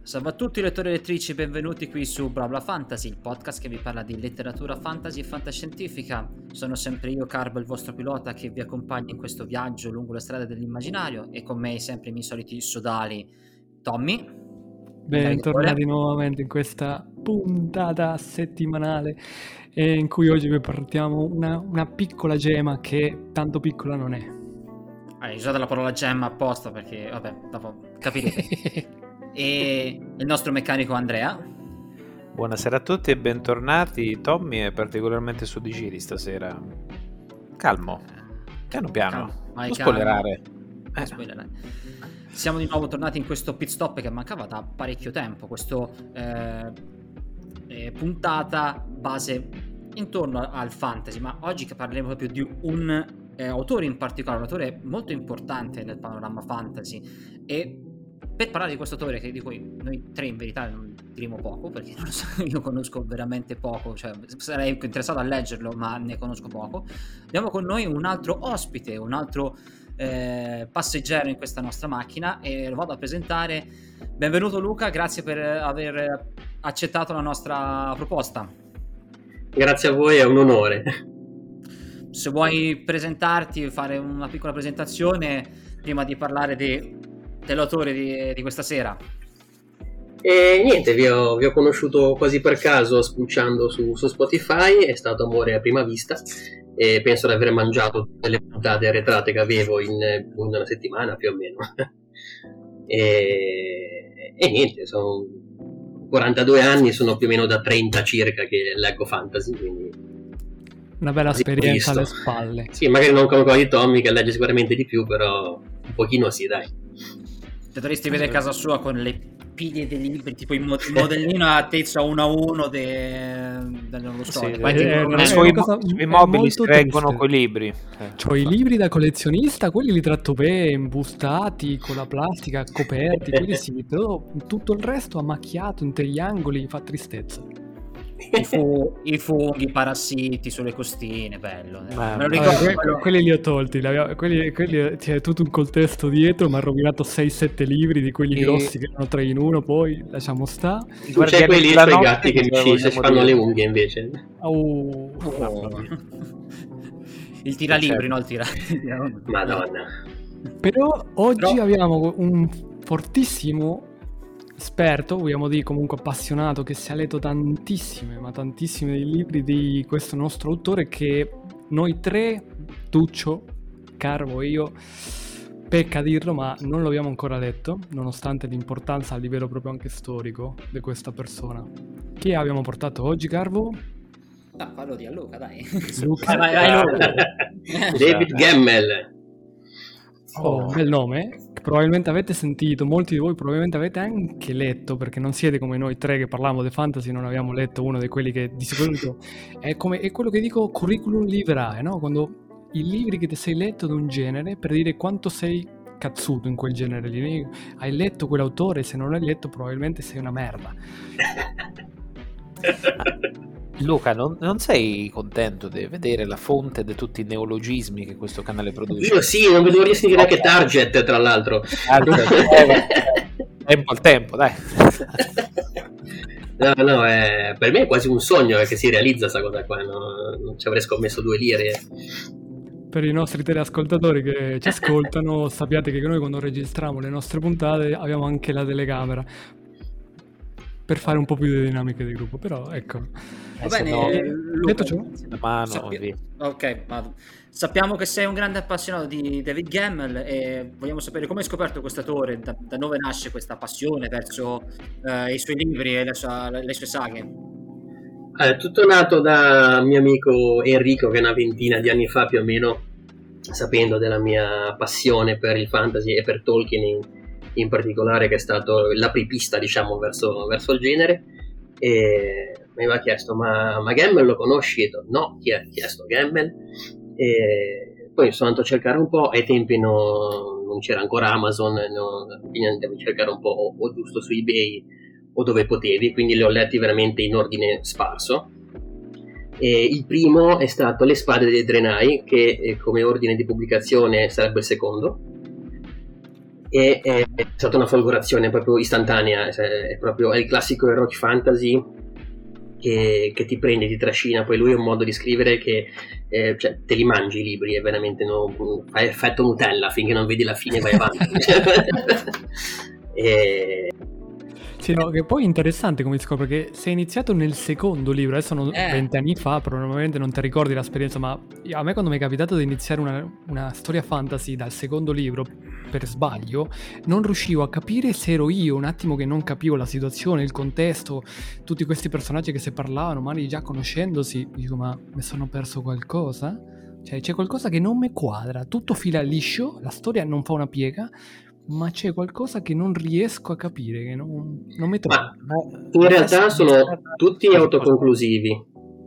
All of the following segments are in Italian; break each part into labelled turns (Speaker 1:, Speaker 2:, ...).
Speaker 1: Salve a tutti lettori e lettrici, benvenuti qui su Blabla Fantasy, il podcast che vi parla di letteratura fantasy e fantascientifica. Sono sempre io, Carbo, il vostro pilota, che vi accompagna in questo viaggio lungo le strade dell'immaginario, e con me sempre i miei soliti sodali, Tommy.
Speaker 2: Bentornati nuovamente in questa puntata settimanale in cui oggi vi portiamo una piccola gema che tanto piccola non è.
Speaker 1: Hai usato la parola gemma apposta perché, vabbè, dopo capirete. E il nostro meccanico Andrea.
Speaker 3: Buonasera a tutti e bentornati. Tommy è particolarmente su di giri stasera. Calmo, piano. Non spoilerare.
Speaker 1: Siamo di nuovo tornati in questo pit stop che mancava da parecchio tempo. Questo puntata base intorno al fantasy, ma oggi che parleremo proprio di un autore in particolare, un autore molto importante nel panorama fantasy. E per parlare di questo autore, di cui noi tre in verità non diremo poco, perché non lo so, io conosco veramente poco, cioè sarei interessato a leggerlo, ma ne conosco poco. Abbiamo con noi un altro ospite, un altro passeggero in questa nostra macchina, e lo vado a presentare. Benvenuto Luca, grazie per aver accettato la nostra proposta.
Speaker 4: Grazie a voi, è un onore.
Speaker 1: Se vuoi presentarti, fare una piccola presentazione prima di parlare dell'autore di questa sera.
Speaker 4: E niente, vi ho conosciuto quasi per caso spulciando su Spotify, è stato amore a prima vista e penso di aver mangiato tutte le puntate arretrate che avevo in una settimana più o meno. e niente, sono 42 anni, sono più o meno da 30 circa che leggo fantasy, quindi
Speaker 2: una bella esperienza alle spalle.
Speaker 4: Sì, magari non come quella di Tommy che legge sicuramente di più, però un pochino sì, dai.
Speaker 1: Se dovresti vedere casa sua con le pile dei libri, tipo il modellino a altezza 1 a 1 dello storia.
Speaker 3: I mobili reggono quei libri.
Speaker 2: C'ho i libri da collezionista, quelli li tratto bene, imbustati, con la plastica, coperti, quelli sì, però tutto il resto ammacchiato in triangoli, fa tristezza.
Speaker 1: I funghi, i parassiti sulle costine, bello. Me lo ricordo,
Speaker 2: quelli li ho tolti, quelli c'è tutto un contesto dietro, mi ha rovinato 6-7 libri di quelli grossi che erano 3 in 1, poi lasciamo sta.
Speaker 4: C'è quelli suoi gatti che si fanno le unghie invece.
Speaker 1: Il tiralibri, no? Il tira.
Speaker 4: Madonna.
Speaker 2: Però oggi abbiamo un fortissimo esperto, vogliamo dire comunque appassionato, che si è letto tantissimi dei libri di questo nostro autore, che noi tre, Tuccio, Carvo e io, pecca dirlo, ma non lo abbiamo ancora letto, nonostante l'importanza a livello proprio anche storico di questa persona. Chi abbiamo portato oggi, Carvo?
Speaker 1: Fallo di a Luca, dai.
Speaker 2: Luca.
Speaker 1: Vai, Luca.
Speaker 4: David Gemmell.
Speaker 2: Un bel nome, che probabilmente avete sentito, molti di voi probabilmente avete anche letto, perché non siete come noi tre che parliamo di fantasy, non abbiamo letto uno di quelli che di sicuro è quello che dico curriculum vitae, no? Quando i libri che ti sei letto di un genere per dire quanto sei cazzuto in quel genere lì. Hai letto quell'autore, se non l'hai letto probabilmente sei una merda.
Speaker 3: Luca, non sei contento di vedere la fonte di tutti i neologismi che questo canale produce?
Speaker 4: Io sì, non vedo riesco a dire anche Target, tra l'altro.
Speaker 3: Tempo al tempo, dai.
Speaker 4: No, per me è quasi un sogno che si realizza sta cosa qua, non ci avrei scommesso 2 lire.
Speaker 2: Per i nostri teleascoltatori che ci ascoltano, sappiate che noi quando registriamo le nostre puntate abbiamo anche la telecamera per fare un po' più di dinamiche di gruppo, però ecco.
Speaker 1: Va bene,
Speaker 2: detto ciò,
Speaker 1: sappiamo che sei un grande appassionato di David Gemmell e vogliamo sapere come hai scoperto questo autore, da dove nasce questa passione verso i suoi libri e le sue saghe.
Speaker 4: È tutto nato da mio amico Enrico, che una ventina di anni fa più o meno, sapendo della mia passione per il fantasy e per Tolkien in particolare, che è stato l'apripista, diciamo, verso il genere, e mi aveva chiesto ma Gemmell lo conosci? E no, chi ha chiesto Gemmell? E poi sono andato a cercare un po', ai tempi non c'era ancora Amazon, quindi andavi a cercare un po' o giusto su eBay o dove potevi, quindi li ho letti veramente in ordine sparso. E il primo è stato Le spade dei Draenei, che come ordine di pubblicazione sarebbe il secondo. e è stata una folgorazione proprio istantanea, è il classico heroic fantasy che ti prende, ti trascina. Poi lui ha un modo di scrivere che cioè, te li mangi i libri e veramente fa effetto Nutella finché non vedi la fine e vai avanti.
Speaker 2: Sì, no, che poi è interessante come scopre che sei iniziato nel secondo libro, adesso 20 anni fa, probabilmente non ti ricordi l'esperienza, ma a me quando mi è capitato di iniziare una storia fantasy dal secondo libro, per sbaglio, non riuscivo a capire se ero io un attimo che non capivo la situazione, il contesto, tutti questi personaggi che si parlavano, magari già conoscendosi, dico ma mi sono perso qualcosa? Cioè c'è qualcosa che non mi quadra, tutto fila liscio, la storia non fa una piega, ma c'è qualcosa che non riesco a capire, che non mi trovo.
Speaker 4: In realtà sono tutti autoconclusivi.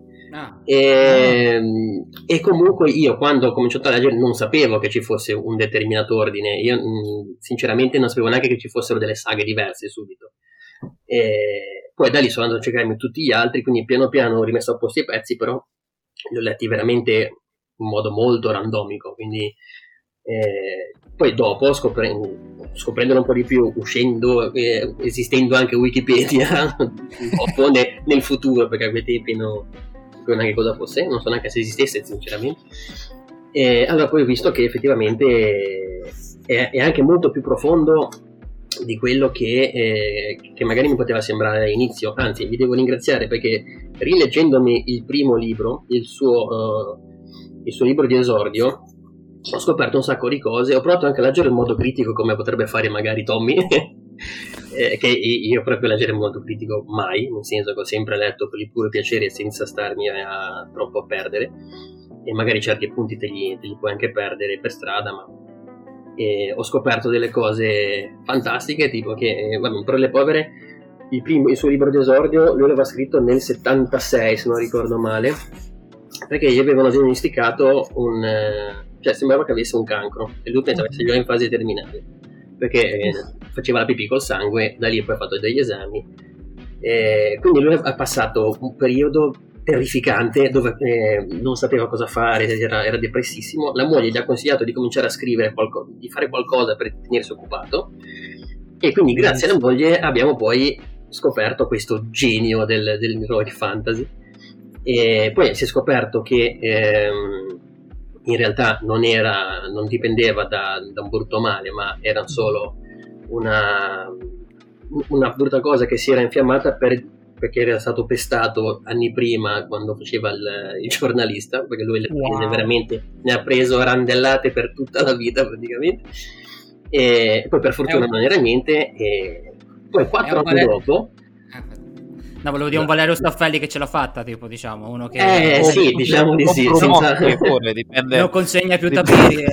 Speaker 4: E comunque io quando ho cominciato a leggere non sapevo che ci fosse un determinato ordine. Io sinceramente non sapevo neanche che ci fossero delle saghe diverse subito. Poi da lì sono andato a cercarmi tutti gli altri, quindi piano piano ho rimesso a posto i pezzi, però li ho letti veramente in modo molto randomico, quindi poi dopo scoprendolo un po' di più, uscendo, esistendo anche Wikipedia dopo nel futuro, perché a quei tempi non sapevo neanche cosa fosse, non so neanche se esistesse sinceramente, allora poi ho visto che effettivamente è anche molto più profondo di quello che magari mi poteva sembrare all'inizio. Anzi, vi devo ringraziare perché rileggendomi il primo libro, il suo libro di esordio, ho scoperto un sacco di cose. Ho provato anche a leggere in modo critico, come potrebbe fare magari Tommy che io proprio leggere in modo critico mai, nel senso che ho sempre letto per il puro piacere senza starmi troppo a perdere, e magari certi punti te li puoi anche perdere per strada, ma ho scoperto delle cose fantastiche, tipo che per le povere il suo libro di esordio lui l'aveva scritto nel 76 se non ricordo male, perché gli avevano diagnosticato cioè sembrava che avesse un cancro e lui pensava che sia già in fase terminale, perché faceva la pipì col sangue. Da lì poi ha fatto degli esami, quindi lui ha passato un periodo terrificante dove non sapeva cosa fare, era depressissimo. La moglie gli ha consigliato di cominciare a scrivere di fare qualcosa per tenersi occupato, e quindi grazie alla moglie abbiamo poi scoperto questo genio dell'heroic fantasy. E poi si è scoperto che in realtà non dipendeva da un brutto male, ma era solo una brutta cosa che si era infiammata perché era stato pestato anni prima quando faceva il giornalista, perché lui veramente ne ha preso randellate per tutta la vita praticamente, e poi per fortuna non era niente, e poi 4 anni dopo
Speaker 1: volevo dire un Valerio Staffelli che ce l'ha fatta, tipo, diciamo, uno che
Speaker 4: sì, diciamo di sì,
Speaker 3: dipende,
Speaker 1: non consegna più tapiri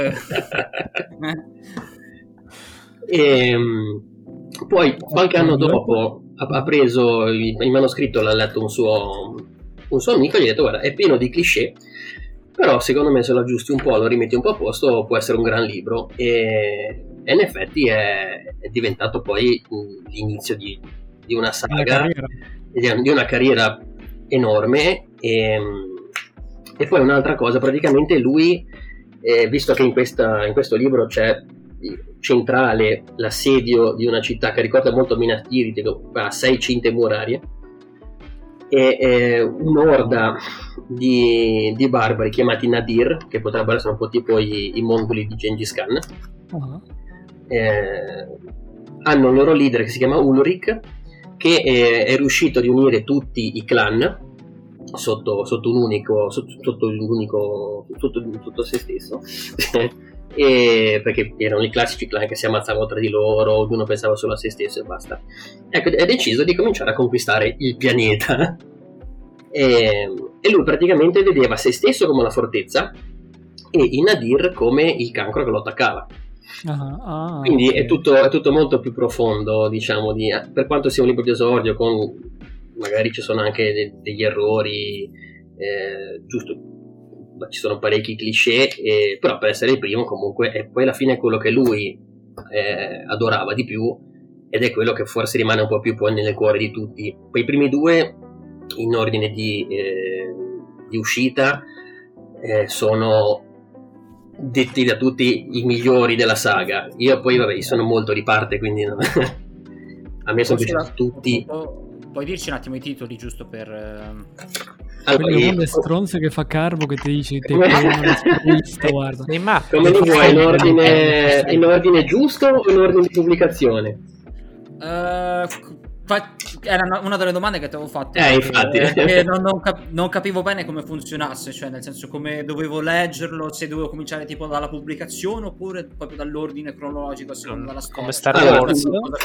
Speaker 4: poi qualche anno dopo ha preso il manoscritto, l'ha letto un suo amico, e gli ha detto guarda, è pieno di cliché, però secondo me se lo aggiusti un po', lo rimetti un po' a posto, può essere un gran libro. E in effetti è diventato poi l'inizio di una saga, di una carriera enorme. E poi un'altra cosa, praticamente lui, visto che in questo libro c'è centrale l'assedio di una città che ricorda molto Minas Tirith, ha 6 cinte murarie, e un'orda di barbari chiamati Nadir, che potrebbero essere un po' tipo i mongoli di Gengis Khan. Hanno il loro leader che si chiama Ulrich, che è riuscito a riunire tutti i clan sotto se stesso e perché erano i classici clan che si ammazzavano tra di loro, ognuno pensava solo a se stesso e basta. Ecco, è deciso di cominciare a conquistare il pianeta, e lui praticamente vedeva se stesso come una fortezza e i Nadir come il cancro che lo attaccava. Quindi è tutto molto più profondo, diciamo, per quanto sia un libro di esordio, con magari ci sono anche degli errori, giusto, ci sono parecchi cliché, però per essere il primo comunque è poi alla fine quello che lui adorava di più, ed è quello che forse rimane un po' più poi nel cuore di tutti. Poi i primi due in ordine di uscita sono detti da tutti i migliori della saga. Io poi vabbè, sono molto di parte, quindi no. A me sono piaciuti tutti.
Speaker 1: Puoi dirci un attimo i titoli giusto per
Speaker 2: allora, quello le stronze che fa Carbo che ti dici te guarda.
Speaker 4: Come li vuoi, in ordine giusto o in ordine di pubblicazione?
Speaker 1: Era una delle domande che ti avevo fatto,
Speaker 4: infatti.
Speaker 1: non capivo bene come funzionasse, cioè nel senso come dovevo leggerlo, se dovevo cominciare tipo dalla pubblicazione oppure proprio dall'ordine cronologico secondo dalla storia.
Speaker 3: Come Star Wars.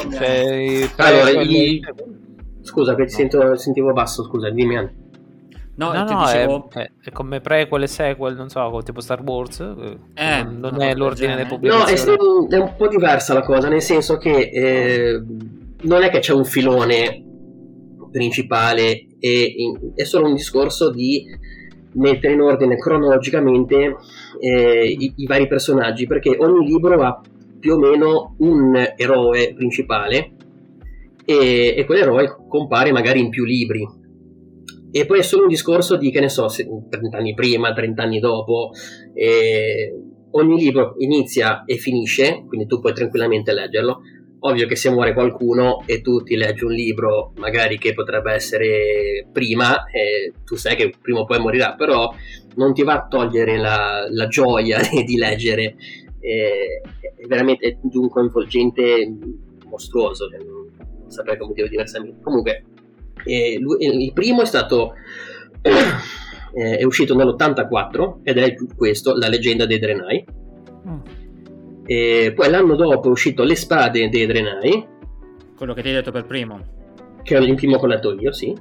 Speaker 4: Scusa, che sentivo basso, scusa, dimmi Anni.
Speaker 1: No, dicevo...
Speaker 3: è come prequel e sequel, non so, tipo Star Wars. Non è l'ordine delle
Speaker 4: No,
Speaker 3: pubblicazioni.
Speaker 4: è un po' diversa la cosa, nel senso che non è che c'è un filone principale, è solo un discorso di mettere in ordine cronologicamente i vari personaggi, perché ogni libro ha più o meno un eroe principale e quell'eroe compare magari in più libri. E poi è solo un discorso di, che ne so, 30 anni prima, 30 anni dopo, ogni libro inizia e finisce, quindi tu puoi tranquillamente leggerlo. Ovvio che se muore qualcuno e tu ti leggi un libro magari che potrebbe essere prima, tu sai che prima o poi morirà, però non ti va a togliere la gioia di leggere, è veramente di un coinvolgente mostruoso, non saprei come dire diversamente. Comunque il primo è stato è uscito nell'84 ed è questo, La leggenda dei Draenei. E poi l'anno dopo è uscito Le spade dei Draenei,
Speaker 1: quello che ti hai detto per primo,
Speaker 4: che il primo che ho letto io, sì.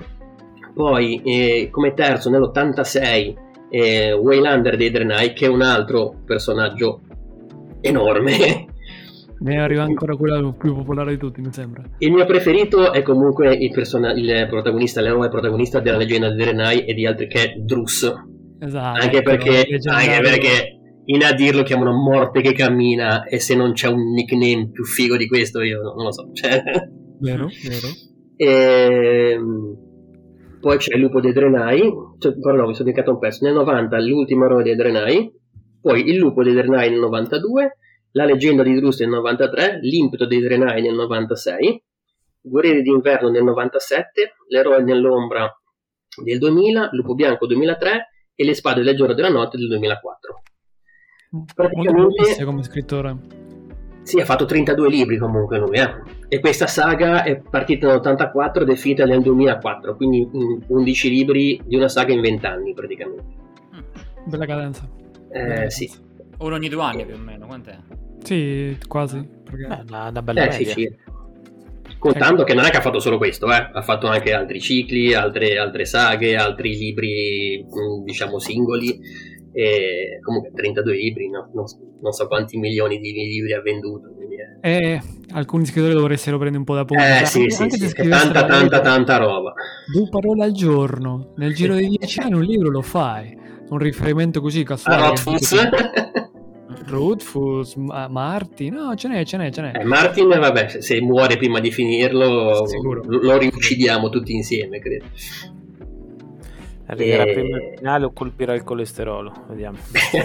Speaker 4: Poi come terzo nell'86 Waylander dei Draenei, che è un altro personaggio enorme.
Speaker 2: Ne arriva ancora quello più popolare di tutti, mi sembra.
Speaker 4: Il mio preferito è comunque il protagonista, l'eroe protagonista della leggenda dei Draenei e di altri, che è Drus.
Speaker 2: Esatto.
Speaker 4: Anche perché in Adir lo chiamano Morte che cammina, e se non c'è un nickname più figo di questo io non lo so. Cioè...
Speaker 2: Vero.
Speaker 4: Poi c'è il lupo dei Draenei, però no, mi sono dedicato un pezzo. Nel 90 l'ultimo eroe dei Draenei, poi il lupo dei Draenei nel 92, la leggenda di Drus nel 93, l'impeto dei Draenei nel 96, Guerrieri d'inverno nel 97, l'eroe nell'ombra del 2000, Lupo bianco 2003 e le spade del giorno della notte del 2004.
Speaker 2: Praticamente come scrittore.
Speaker 4: Sì, ha fatto 32 libri comunque lui, e questa saga è partita nell'84 ed è finita nel 2004, quindi 11 libri di una saga in 20 anni praticamente.
Speaker 2: Bella cadenza.
Speaker 4: Sì.
Speaker 1: Uno ogni 2 anni più o meno, quant'è?
Speaker 2: Sì, quasi.
Speaker 3: Una bella media.
Speaker 4: Sì. Contando che non è che ha fatto solo questo, ha fatto anche altri cicli, altre saghe, altri libri, diciamo singoli, e comunque 32 libri, no? Non so quanti milioni di libri ha venduto. Quindi
Speaker 2: alcuni scrittori dovressero prendere un po' da punto.
Speaker 4: Sì, tanta roba.
Speaker 2: 2 parole al giorno, nel giro di 10 anni un libro lo fai. Un riferimento così casuale. Rothfuss, Martin, no, ce n'è.
Speaker 4: Martin, vabbè, se muore prima di finirlo,
Speaker 2: sicuro.
Speaker 4: Lo riuccidiamo tutti insieme, credo.
Speaker 3: Arriverà prima il finale o colpirà il colesterolo, vediamo.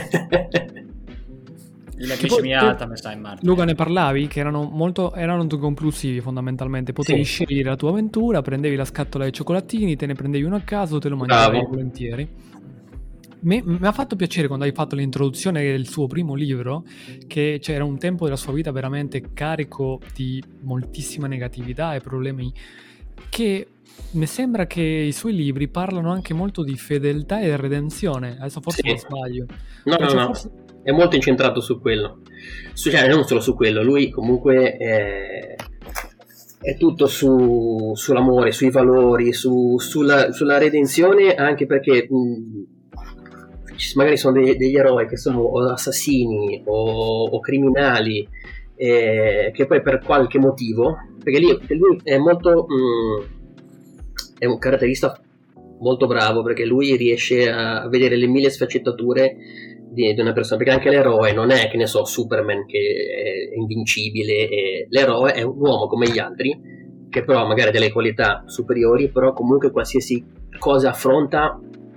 Speaker 1: La glicemia alta, mi sa, in Martin.
Speaker 2: Luca, ne parlavi che erano conclusivi fondamentalmente. Potevi scegliere la tua avventura, prendevi la scatola dei cioccolatini, te ne prendevi uno a caso, te lo mangiavi volentieri. Mi ha fatto piacere quando hai fatto l'introduzione del suo primo libro, che c'era un tempo della sua vita veramente carico di moltissima negatività e problemi, che mi sembra che i suoi libri parlano anche molto di fedeltà e redenzione. Adesso forse mi sbaglio.
Speaker 4: No. È molto incentrato su quello. Cioè, non solo su quello, lui comunque è tutto sull'amore, sui valori, sulla redenzione, anche perché magari sono degli eroi che sono assassini o criminali, che poi per qualche motivo, perché lui è molto è un caratterista molto bravo, perché lui riesce a vedere le 1000 sfaccettature di una persona, perché anche l'eroe non è, che ne so, Superman che è invincibile, l'eroe è un uomo come gli altri, che però magari ha delle qualità superiori, però comunque qualsiasi cosa affronta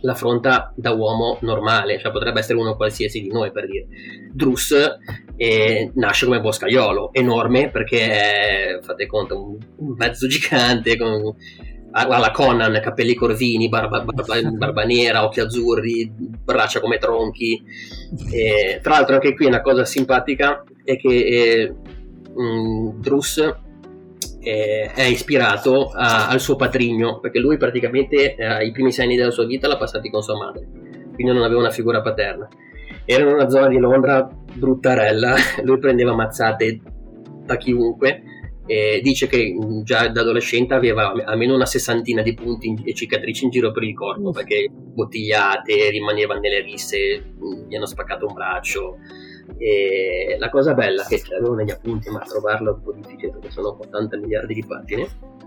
Speaker 4: l'affronta da uomo normale, cioè potrebbe essere uno qualsiasi di noi, per dire. Drus nasce come boscaiolo, enorme, perché è, fate conto, un mezzo gigante con alla Conan, capelli corvini, barba nera, occhi azzurri, braccia come tronchi. Tra l'altro anche qui una cosa simpatica è che Drus è ispirato al suo patrigno, perché lui praticamente i primi 6 anni della sua vita l'ha passati con sua madre, quindi non aveva una figura paterna. Era in una zona di Londra bruttarella, lui prendeva mazzate da chiunque, e dice che già da adolescente aveva almeno una 60 di punti e cicatrici in giro per il corpo, perché bottigliate, rimaneva nelle risse, gli hanno spaccato un braccio. E la cosa bella che avevo negli appunti, ma trovarlo è un po' difficile perché sono 80 miliardi di pagine.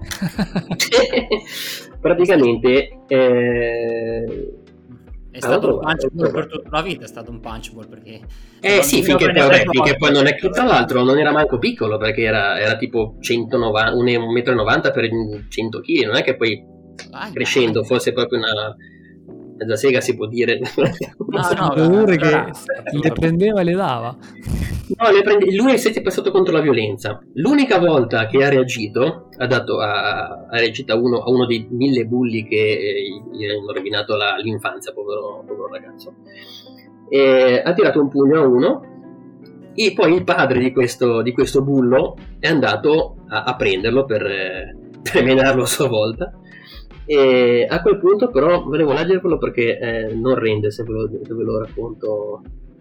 Speaker 4: Praticamente
Speaker 1: è stato un punchball per tutta la vita, è stato un punchball perché
Speaker 4: sì, finché poi non è che, tra l'altro non era manco piccolo, perché era tipo 1,90 m per 100 kg, non è che poi crescendo fosse proprio una mezza sega, si può dire.
Speaker 2: Che le prendeva e le dava.
Speaker 4: No, lui è sempre passato contro la violenza. L'unica volta che ha reagito ha reagito a uno dei 1000 bulli che gli hanno rovinato l'infanzia, povero ragazzo. Ha tirato un pugno a uno, e poi il padre di questo bullo è andato a prenderlo per menarlo a sua volta. E a quel punto però volevo leggervelo perché non rende se ve lo racconto.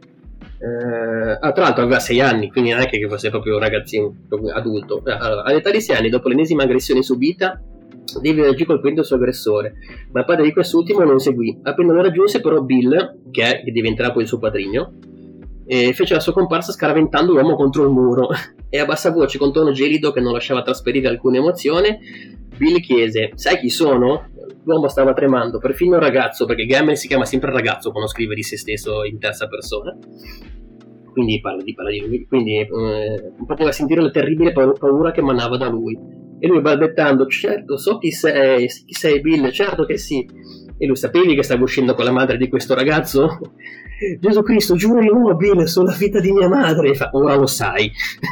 Speaker 4: Tra l'altro aveva 6 anni, quindi non è che fosse proprio un ragazzino, proprio adulto. All'età di 6 anni, dopo l'ennesima aggressione subita, David reagì colpendo il suo aggressore, ma il padre di quest'ultimo non seguì. Appena lo raggiunse però Bill, che diventerà poi il suo padrigno, fece la sua comparsa scaraventando l'uomo contro il muro e a bassa voce, con tono gelido che non lasciava trasparire alcuna emozione, Bill chiese: sai chi sono? L'uomo stava tremando, perfino il ragazzo, perché Gamel si chiama sempre ragazzo quando scrive di se stesso in terza persona, quindi parla di lui, quindi poteva sentire la terribile paura che emanava da lui, e lui balbettando: certo, so chi sei Bill, certo che sì. E lui: sapevi che stavo uscendo con la madre di questo ragazzo? Gesù Cristo, giuro di no, Bill, sulla vita di mia madre. E fa: ora lo sai.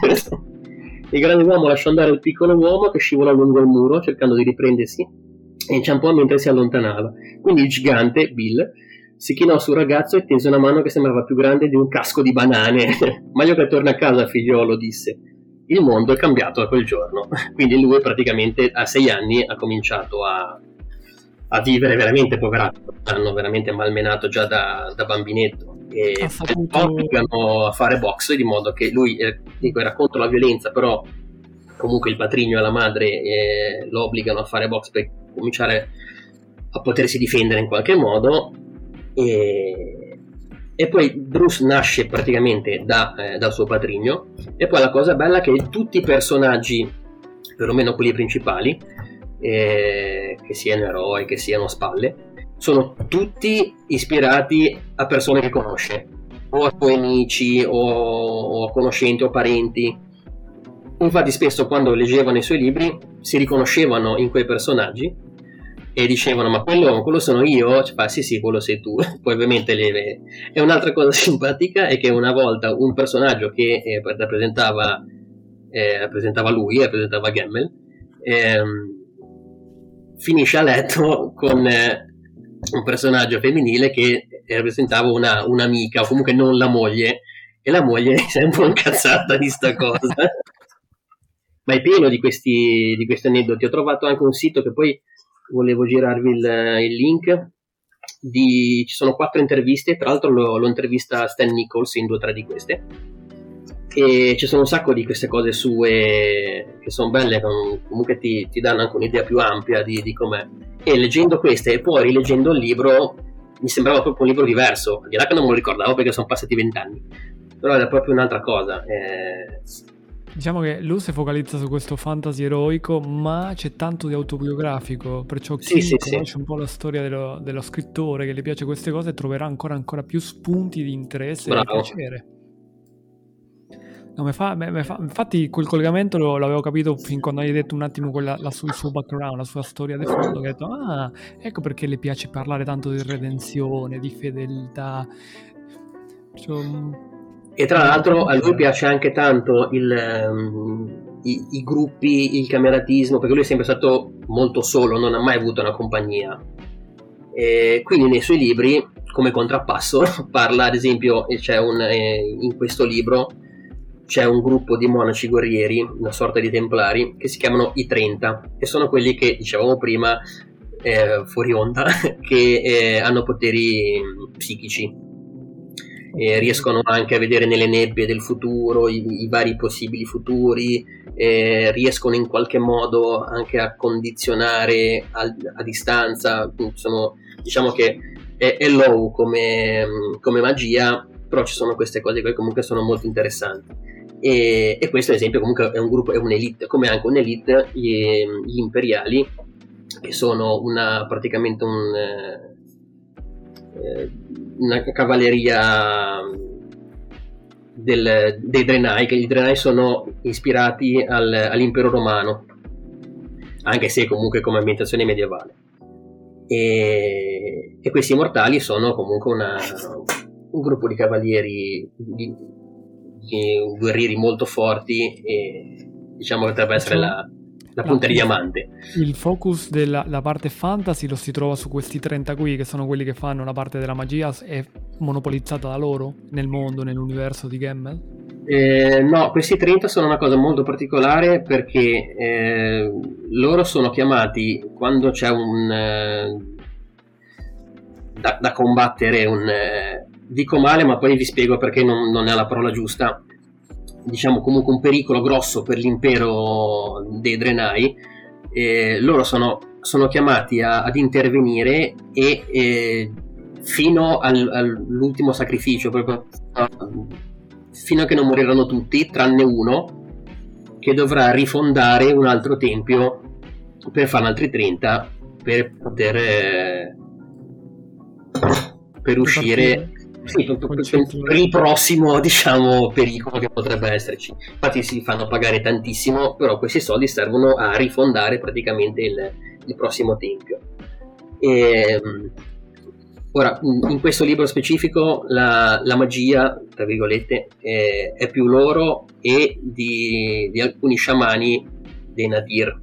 Speaker 4: Il grande uomo lasciò andare il piccolo uomo, che scivolò lungo il muro cercando di riprendersi e inciampò mentre si allontanava. Quindi il gigante Bill si chinò sul ragazzo e tese una mano che sembrava più grande di un casco di banane. Meglio che torni a casa, figliolo, disse. Il mondo è cambiato da quel giorno. Quindi lui praticamente a 6 anni ha cominciato a vivere veramente poverato. L'hanno veramente malmenato già da bambinetto, e poi obbligano a fare box, di modo che lui era contro la violenza, però comunque il patrigno e la madre lo obbligano a fare box per cominciare a potersi difendere in qualche modo. E poi Bruce nasce praticamente dal suo patrigno. E poi la cosa bella è che tutti i personaggi, perlomeno quelli principali, che siano eroi, che siano spalle, sono tutti ispirati a persone che conosce, o a suoi amici, o a conoscenti o parenti. Infatti spesso quando leggevano i suoi libri si riconoscevano in quei personaggi e dicevano: ma quello sono io? Cioè, sì, quello sei tu. Poi ovviamente e un'altra cosa simpatica è che una volta un personaggio che rappresentava Gamel, finisce a letto con un personaggio femminile che rappresentava un'amica, o comunque non la moglie, e la moglie è sempre incazzata di sta cosa. Ma è pieno di questi aneddoti. Ho trovato anche un sito che poi volevo girarvi il link. Ci sono 4 interviste, tra l'altro lo intervista Stan Nichols in 2 o 3 di queste, e ci sono un sacco di queste cose sue che sono belle, comunque ti danno anche un'idea più ampia di com'è. E leggendo queste e poi rileggendo il libro mi sembrava proprio un libro diverso, al di là che non me lo ricordavo perché sono passati 20 anni, però era proprio un'altra cosa.
Speaker 2: Diciamo che lui si focalizza su questo fantasy eroico, ma c'è tanto di autobiografico, perciò chi conosce un po' la storia dello scrittore, che le piace queste cose, troverà ancora più spunti di interesse e di piacere. No, infatti quel collegamento l'avevo capito fin quando hai detto un attimo sul suo background, la sua storia di fondo, che ho detto, ecco perché le piace parlare tanto di redenzione, di fedeltà.
Speaker 4: E tra l'altro a lui piace anche tanto i gruppi, il cameratismo, perché lui è sempre stato molto solo, non ha mai avuto una compagnia. E quindi nei suoi libri, come contrappasso, parla, ad esempio, in questo libro c'è un gruppo di monaci guerrieri, una sorta di templari, che si chiamano i 30, e sono quelli che dicevamo prima, fuori onda, che hanno poteri psichici. Riescono anche a vedere nelle nebbie del futuro i vari possibili futuri, riescono in qualche modo anche a condizionare a distanza. Diciamo che è low come magia, però ci sono queste cose che comunque sono molto interessanti, e questo ad esempio comunque è un gruppo, è un'elite, come anche un'elite gli imperiali, che sono praticamente una cavalleria dei Draenei, che i Draenei sono ispirati all'impero romano, anche se comunque come ambientazione medievale, e questi immortali sono comunque un gruppo di cavalieri, di guerrieri molto forti, e diciamo che potrebbe essere la punta di diamante.
Speaker 2: Il focus della parte fantasy lo si trova su questi 30 qui, che sono quelli che fanno la parte della magia, è monopolizzata da loro nel mondo, nell'universo di Gemmel?
Speaker 4: No, questi 30 sono una cosa molto particolare, perché loro sono chiamati quando c'è da combattere dico male, ma poi vi spiego perché non è la parola giusta, diciamo comunque un pericolo grosso per l'impero dei Draenei. Loro sono chiamati ad intervenire, e fino all'ultimo sacrificio, proprio fino a che non moriranno tutti tranne uno, che dovrà rifondare un altro tempio per fare altri 30 per poter per uscire per il prossimo, diciamo, pericolo che potrebbe esserci. Infatti si fanno pagare tantissimo, però questi soldi servono a rifondare praticamente il prossimo tempio. Ora, in questo libro specifico la magia, tra virgolette, è più loro e di alcuni sciamani dei Nadir,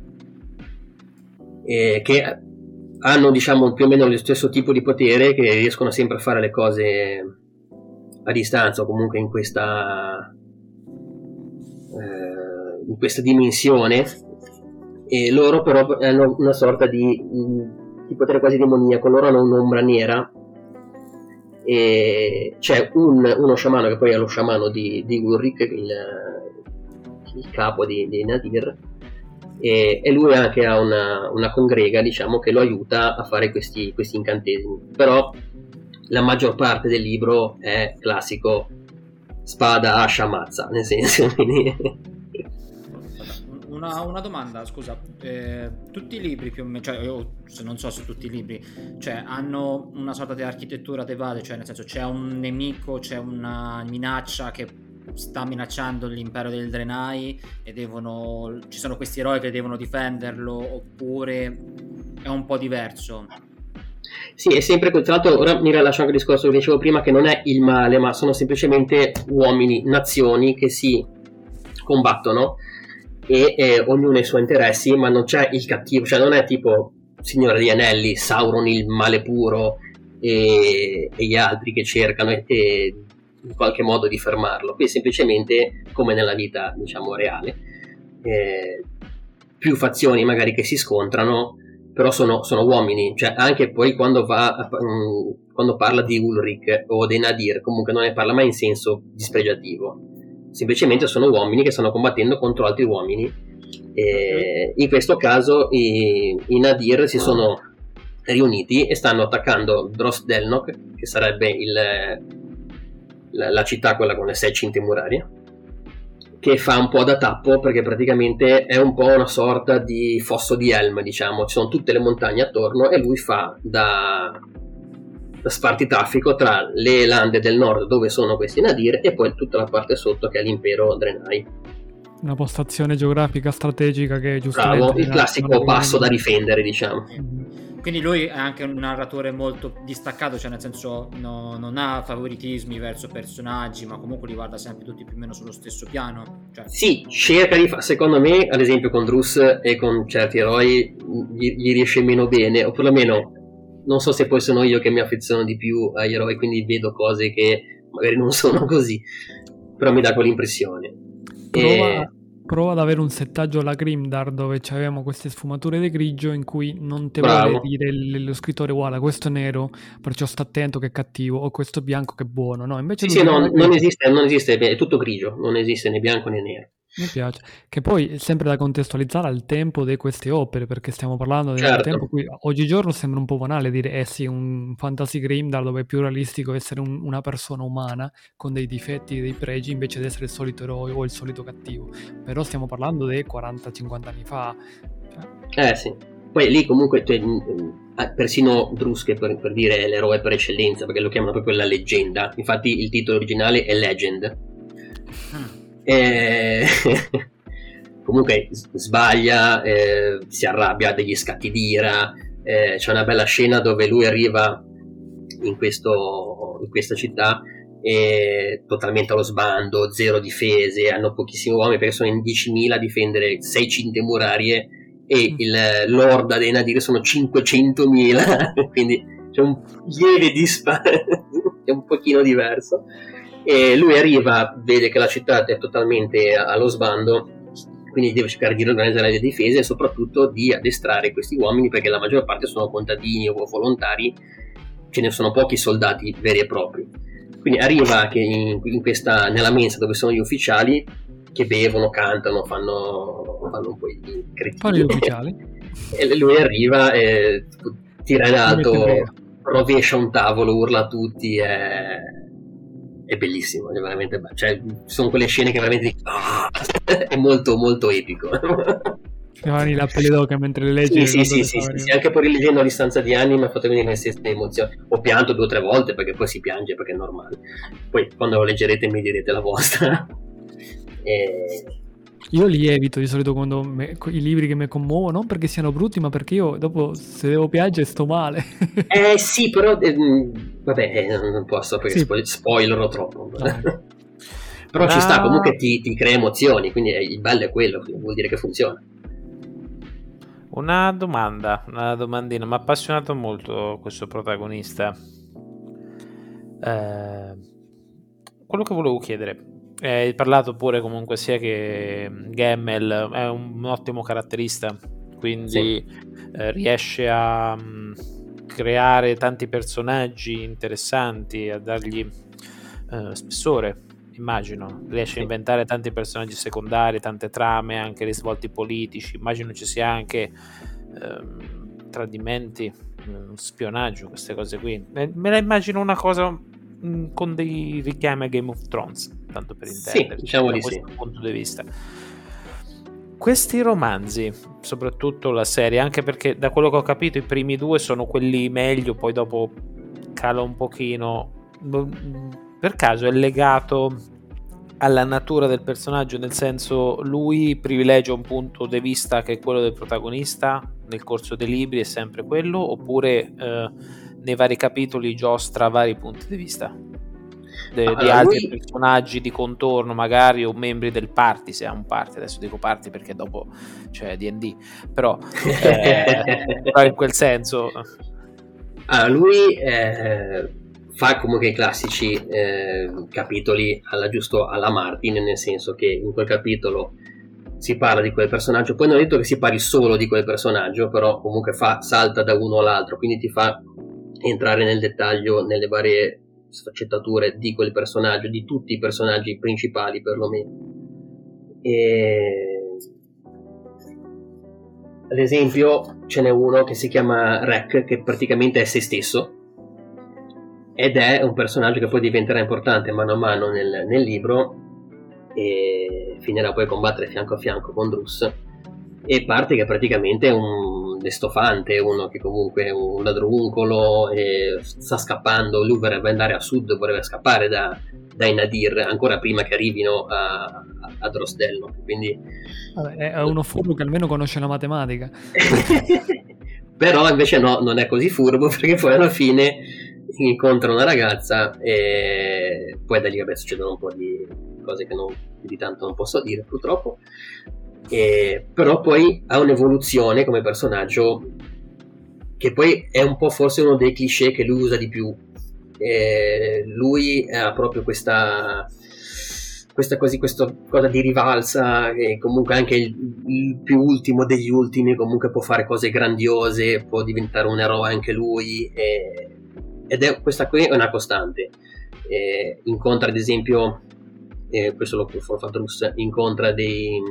Speaker 4: che hanno, diciamo, più o meno lo stesso tipo di potere, che riescono sempre a fare le cose a distanza, o comunque in questa dimensione, e loro però hanno una sorta di potere quasi demoniaco. Loro hanno un'ombra nera, e c'è uno sciamano, che poi è lo sciamano di Ulrich, il capo dei Nadir, e lui anche ha una congrega, diciamo, che lo aiuta a fare questi incantesimi. Però la maggior parte del libro è classico spada, ascia, mazza, nel senso.
Speaker 1: Una domanda, scusa, tutti i libri più o meno, cioè io non so se tutti i libri, cioè hanno una sorta di architettura tevale, cioè nel senso c'è un nemico, c'è una minaccia che sta minacciando l'impero del Draenei e ci sono questi eroi che devono difenderlo, oppure è un po' diverso?
Speaker 4: Sì, è sempre, tra l'altro ora mi rilascio anche il discorso che dicevo prima, che non è il male, ma sono semplicemente uomini, nazioni che si combattono, e ognuno ha i suoi interessi, ma non c'è il cattivo, cioè non è tipo Signore degli Anelli, Sauron il male puro e gli altri che cercano in qualche modo di fermarlo. Qui è semplicemente come nella vita, diciamo, reale, più fazioni magari che si scontrano, però sono uomini. Cioè anche poi quando parla di Ulrich o dei Nadir, comunque non ne parla mai in senso dispregiativo, semplicemente sono uomini che stanno combattendo contro altri uomini. In questo caso i Nadir si sono riuniti e stanno attaccando Dros Delnok, che sarebbe la città, quella con le 6 cinte murarie, che fa un po' da tappo, perché praticamente è un po' una sorta di fosso di Helm, diciamo. Ci sono tutte le montagne attorno, e lui fa da spartitraffico tra le lande del nord dove sono questi Nadir e poi tutta la parte sotto che è l'impero Draenei.
Speaker 2: Una postazione geografica strategica che giustamente...
Speaker 4: Bravo, il classico passo da difendere, diciamo.
Speaker 1: Quindi lui è anche un narratore molto distaccato, cioè nel senso non ha favoritismi verso personaggi, ma comunque li guarda sempre tutti più o meno sullo stesso piano. Cioè...
Speaker 4: Sì, cerca di fare, secondo me, ad esempio con Drus e con certi eroi gli riesce meno bene, o perlomeno non so se poi sono io che mi affeziono di più agli eroi, quindi vedo cose che magari non sono così, però mi dà quell'impressione.
Speaker 2: Prova ad avere un settaggio alla Grimdar dove avevamo queste sfumature di grigio in cui non te vuole dire lo scrittore guarda questo è nero perciò sta attento che è cattivo o questo è bianco che è buono, no, invece
Speaker 4: non esiste, è tutto grigio, non esiste né bianco né nero.
Speaker 2: Mi piace, che poi è sempre da contestualizzare al tempo di queste opere, perché stiamo parlando di un tempo qui oggigiorno sembra un po' banale dire sì, un fantasy Grimdar dove è più realistico essere una persona umana con dei difetti e dei pregi invece di essere il solito eroe o il solito cattivo, però stiamo parlando di 40-50 anni fa.
Speaker 4: Sì, poi lì comunque persino Drus, che per dire è l'eroe per eccellenza, perché lo chiamano proprio la leggenda, infatti il titolo originale è Legend. Comunque sbaglia, si arrabbia, ha degli scatti d'ira, c'è una bella scena dove lui arriva in questa città totalmente allo sbando, zero difese, hanno pochissimi uomini perché sono in 10.000 a difendere 6 cinte murarie e l'orda dei Nadir sono 500.000 quindi c'è un lieve è un pochino diverso. E lui arriva, vede che la città è totalmente allo sbando, quindi deve cercare di organizzare le difese e soprattutto di addestrare questi uomini, perché la maggior parte sono contadini o volontari, ce ne sono pochi soldati veri e propri. Quindi arriva che nella mensa dove sono gli ufficiali che bevono, cantano, fanno un po' di cretini. E lui arriva e tira in alto, rovescia un tavolo, urla a tutti, è bellissimo, è veramente bello. Cioè, sono quelle scene che veramente è molto molto epico.
Speaker 2: Ti la pelle d'oca mentre le leggi.
Speaker 4: Sì, anche poi rileggendo a distanza di anni mi ha fatto venire le stesse emozioni. Ho pianto 2 o 3 volte perché poi si piange, perché è normale. Poi quando lo leggerete mi direte la vostra.
Speaker 2: Io li evito di solito quando i libri che mi commuovono, non perché siano brutti, ma perché io dopo se devo piangere sto male.
Speaker 4: Sì, però vabbè, non posso perché spoilerò troppo. No. Però ci sta, comunque ti crea emozioni, quindi il bello è quello, vuol dire che funziona.
Speaker 3: Una domandina, mi ha appassionato molto questo protagonista. Quello che volevo chiedere, hai parlato pure comunque sia che Gemmel è un ottimo caratterista, quindi riesce a creare tanti personaggi interessanti, a dargli spessore, immagino, riesce a inventare tanti personaggi secondari, tante trame, anche risvolti politici, immagino ci sia anche tradimenti, spionaggio, queste cose qui. Me la immagino una cosa con dei richiami a Game of Thrones, tanto per intenderci,
Speaker 4: diciamo
Speaker 3: da questo punto di vista. Questi romanzi, soprattutto la serie, anche perché da quello che ho capito i primi 2 sono quelli meglio, poi dopo cala un pochino, per caso è legato alla natura del personaggio, nel senso lui privilegia un punto di vista che è quello del protagonista nel corso dei libri, è sempre quello, oppure nei vari capitoli giostra vari punti di vista di altri personaggi di contorno magari, o membri del party, se ha un party, adesso dico party perché dopo c'è D&D, però in quel senso
Speaker 4: lui fa comunque i classici capitoli alla Martin, nel senso che in quel capitolo si parla di quel personaggio, poi non è detto che si parli solo di quel personaggio, però comunque salta da uno all'altro, quindi ti fa entrare nel dettaglio nelle varie sfaccettature di quel personaggio, di tutti i personaggi principali perlomeno. Ad esempio ce n'è uno che si chiama Rek, che praticamente è se stesso, ed è un personaggio che poi diventerà importante mano a mano nel libro e finirà poi a combattere fianco a fianco con Drus, e parte che praticamente è un destofante, uno che comunque è un ladruncolo e sta scappando. Lui vorrebbe andare a sud, vorrebbe scappare dai Nadir ancora prima che arrivino a Drosdelno, quindi
Speaker 2: vabbè, è uno furbo che almeno conosce la matematica.
Speaker 4: però invece no, non è così furbo, perché poi alla fine incontra una ragazza e poi da lì vabbè, succedono un po' di cose che di tanto non posso dire purtroppo, però poi ha un'evoluzione come personaggio che poi è un po' forse uno dei cliché che lui usa di più. Lui ha proprio questa cosa di rivalsa, e comunque anche il più ultimo degli ultimi comunque può fare cose grandiose, può diventare un eroe anche lui, ed è questa qui è una costante. Incontra ad esempio, questo lo fa Drus, incontra dei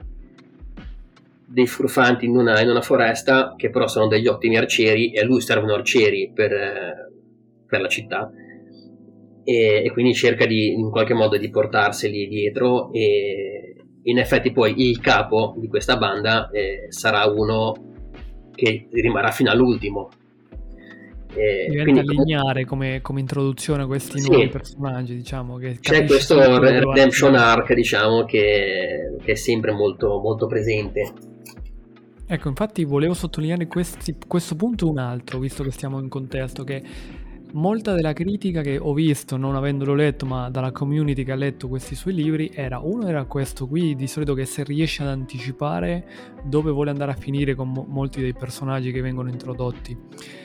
Speaker 4: furfanti in una foresta che però sono degli ottimi arcieri, e a lui servono arcieri per la città, e quindi cerca in qualche modo di portarseli dietro, e in effetti poi il capo di questa banda sarà uno che rimarrà fino all'ultimo.
Speaker 2: Diventa lineare come introduzione a questi nuovi personaggi, diciamo, che
Speaker 4: c'è questo redemption arc, diciamo, che è sempre molto, molto presente.
Speaker 2: Ecco, infatti volevo sottolineare questo punto, un altro, visto che stiamo in contesto, che molta della critica che ho visto, non avendolo letto, ma dalla community che ha letto questi suoi libri, era questo qui, di solito, che se riesce ad anticipare dove vuole andare a finire con molti dei personaggi che vengono introdotti.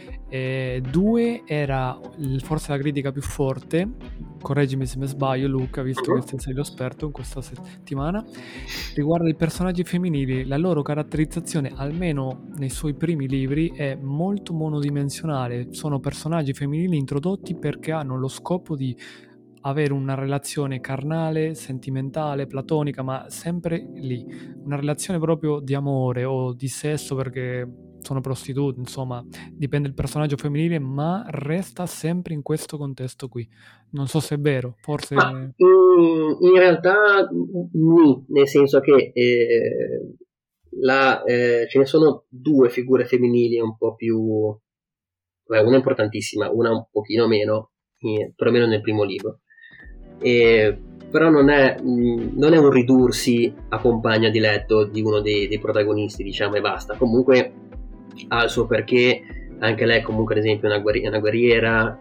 Speaker 2: 2 era forse la critica più forte, correggimi se mi sbaglio Luca, visto che sei lo esperto in questa settimana, riguarda i personaggi femminili. La loro caratterizzazione, almeno nei suoi primi libri, è molto monodimensionale. Sono personaggi femminili introdotti perché hanno lo scopo di avere una relazione carnale, sentimentale, platonica, ma sempre lì, una relazione proprio di amore o di sesso, perché sono prostitute, insomma, dipende dal personaggio femminile, ma resta sempre in questo contesto qui. Non so se è vero, forse...
Speaker 4: Ma, in realtà nel senso che ce ne sono 2 figure femminili un po' più... una importantissima, una un pochino meno, perlomeno nel primo libro. Però non è un ridursi a compagna di letto di uno dei protagonisti, diciamo, e basta. Comunque ha il suo perché, anche lei comunque ad esempio è una guerriera,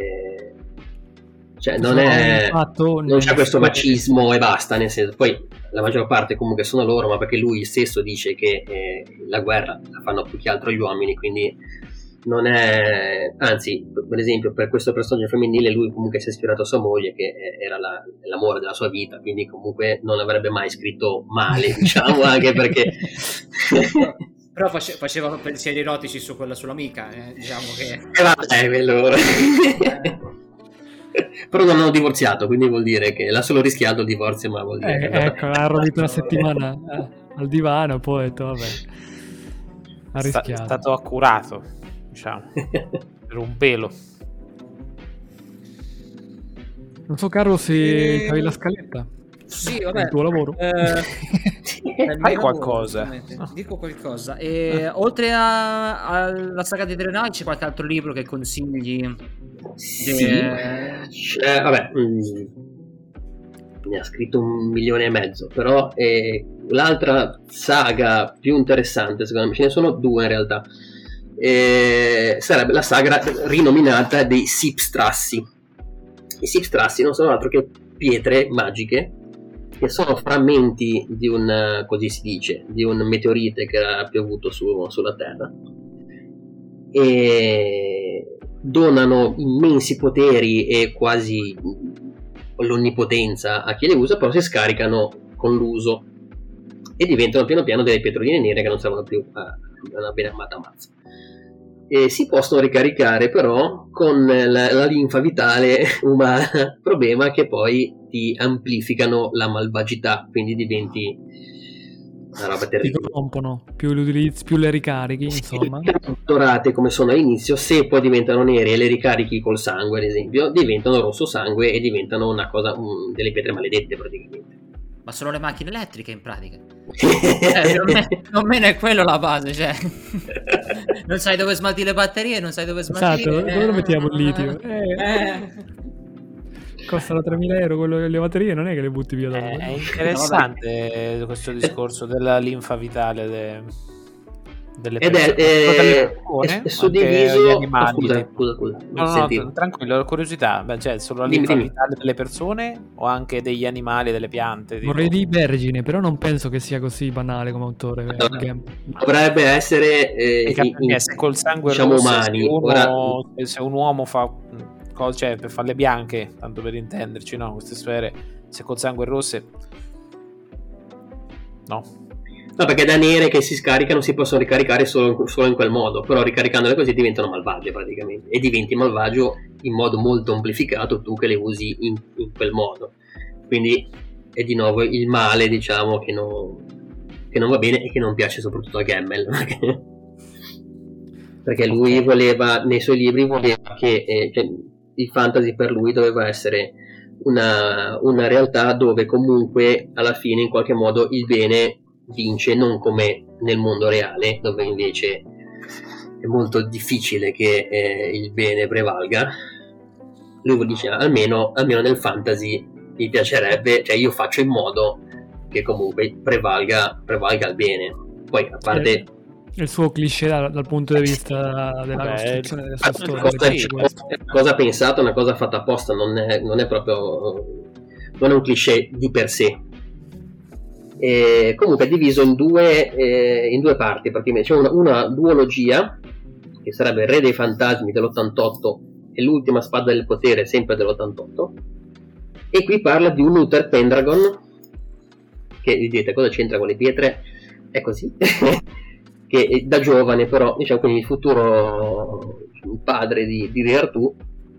Speaker 4: cioè non c'è questo macismo e basta, nel senso, poi la maggior parte comunque sono loro, ma perché lui stesso dice che la guerra la fanno più che altro gli uomini, quindi non è, anzi, per esempio, per questo personaggio femminile lui comunque si è ispirato a sua moglie, che era l'amore della sua vita, quindi comunque non avrebbe mai scritto male, diciamo, anche perché
Speaker 1: però faceva pensieri erotici sull'amica, diciamo che
Speaker 4: quello però non hanno divorziato, quindi vuol dire che l'ha solo rischiato il divorzio, ma vuol dire
Speaker 2: ecco, ha rovito una settimana al divano, poi ho detto vabbè, ha rischiato.
Speaker 3: È stato accurato, diciamo, per un pelo.
Speaker 2: Non so, Carlo, se avevi la scaletta.
Speaker 1: Sì, vabbè,
Speaker 2: il tuo lavoro.
Speaker 3: Fai qualcosa.
Speaker 1: Dico qualcosa. Oltre alla saga di Drenai, c'è qualche altro libro che consigli?
Speaker 4: Sì, vabbè, ne ha scritto 1,5 milioni, però l'altra saga più interessante, secondo me, ce ne sono 2 in realtà, sarebbe la saga rinominata dei Sipstrassi. I Sipstrassi non sono altro che pietre magiche, che sono frammenti di così si dice, di un meteorite che era piovuto sulla Terra, e donano immensi poteri e quasi l'onnipotenza a chi le usa, però si scaricano con l'uso e diventano piano piano delle pietroline nere che non servono più a una ben amata mazza. E si possono ricaricare però con la linfa vitale umana, problema che poi ti amplificano la malvagità, quindi diventi una roba terribile.
Speaker 2: Ti corrompono, più le utilizzi, più le ricarichi, insomma.
Speaker 4: Dorate come sono all'inizio, se poi diventano nere e le ricarichi col sangue, ad esempio, diventano rosso sangue e diventano una cosa, delle pietre maledette praticamente.
Speaker 1: ma sono le macchine elettriche in pratica. Più o meno è quello la base, cioè. Non sai dove smalti le batterie, non sai dove smaltire.
Speaker 2: Esatto, dove lo mettiamo il litio? Costano 3.000 euro le batterie, non è che le butti via dopo.
Speaker 3: È interessante questo discorso della linfa vitale delle persone.
Speaker 4: È suddiviso. Scusa.
Speaker 3: No, tranquillo, curiosità. Cioè, solo la linfa vitale delle persone o anche degli animali, delle piante?
Speaker 2: Vorrei dire vergine, però non penso che sia così banale come autore.
Speaker 4: Dovrebbe essere
Speaker 3: se col sangue
Speaker 4: diciamo
Speaker 3: rosso,
Speaker 4: umani.
Speaker 3: se un uomo fa cose, cioè per farle bianche, tanto per intenderci, no? Queste sfere, se col sangue rosse, no,
Speaker 4: perché da nere che si scaricano si possono ricaricare solo in quel modo, però ricaricandole così diventano malvagie praticamente, e diventi malvagio in modo molto amplificato tu che le usi in quel modo. Quindi è di nuovo il male, diciamo, che non va bene e che non piace soprattutto a Gemmel, perché lui voleva, nei suoi libri, voleva che il fantasy per lui doveva essere una realtà dove comunque alla fine in qualche modo il bene vince, non come nel mondo reale dove invece è molto difficile che il bene prevalga. Lui dice almeno nel fantasy mi piacerebbe, cioè io faccio in modo che comunque prevalga il bene. Poi a parte
Speaker 2: il suo cliché dal punto di vista della costruzione delle sue storie,
Speaker 4: cosa pensata, una cosa fatta apposta, non è proprio, non è un cliché di per sé. E comunque è diviso in due parti, praticamente c'è una duologia che sarebbe il Re dei Fantasmi dell'88 e l'Ultima Spada del Potere sempre dell'88, e qui parla di un Uther Pendragon che dite cosa c'entra con le pietre, è così che da giovane però, diciamo, quindi il futuro padre di Re Artù,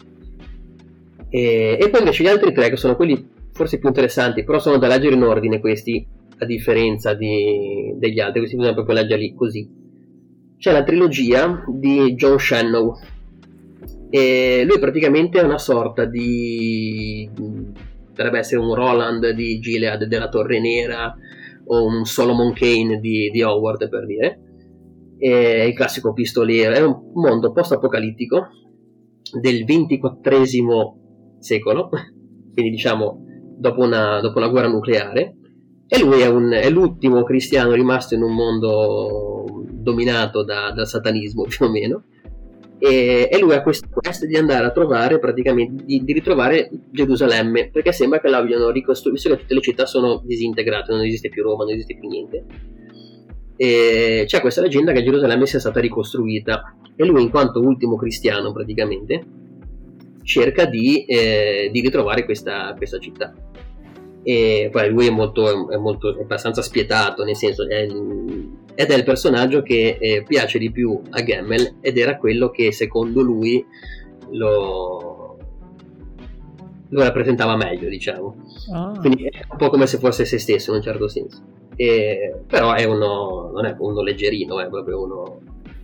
Speaker 4: e poi invece gli altri tre, che sono quelli forse più interessanti, però sono da leggere in ordine questi, a differenza degli altri, questi bisogna proprio leggerli così. C'è la trilogia di John Shannow, e lui praticamente è una sorta di, potrebbe essere un Roland di Gilead della Torre Nera o un Solomon Kane di Howard, per dire. È il classico pistoliero, è un mondo post-apocalittico del XXIV secolo, quindi diciamo dopo una guerra nucleare, e lui è l'ultimo cristiano rimasto in un mondo dominato dal satanismo più o meno, e lui ha questa quest di andare a trovare praticamente di ritrovare Gerusalemme, perché sembra che l'abbiano ricostruito, visto che tutte le città sono disintegrate, non esiste più Roma, non esiste più niente, e c'è questa leggenda che Gerusalemme sia stata ricostruita, e lui, in quanto ultimo cristiano praticamente, cerca di ritrovare questa città. E poi lui è abbastanza spietato, nel senso ed è il personaggio che piace di più a Gemmel, ed era quello che secondo lui lo rappresentava meglio, diciamo. Quindi è un po' come se fosse se stesso in un certo senso, però non è uno leggerino, è proprio uno,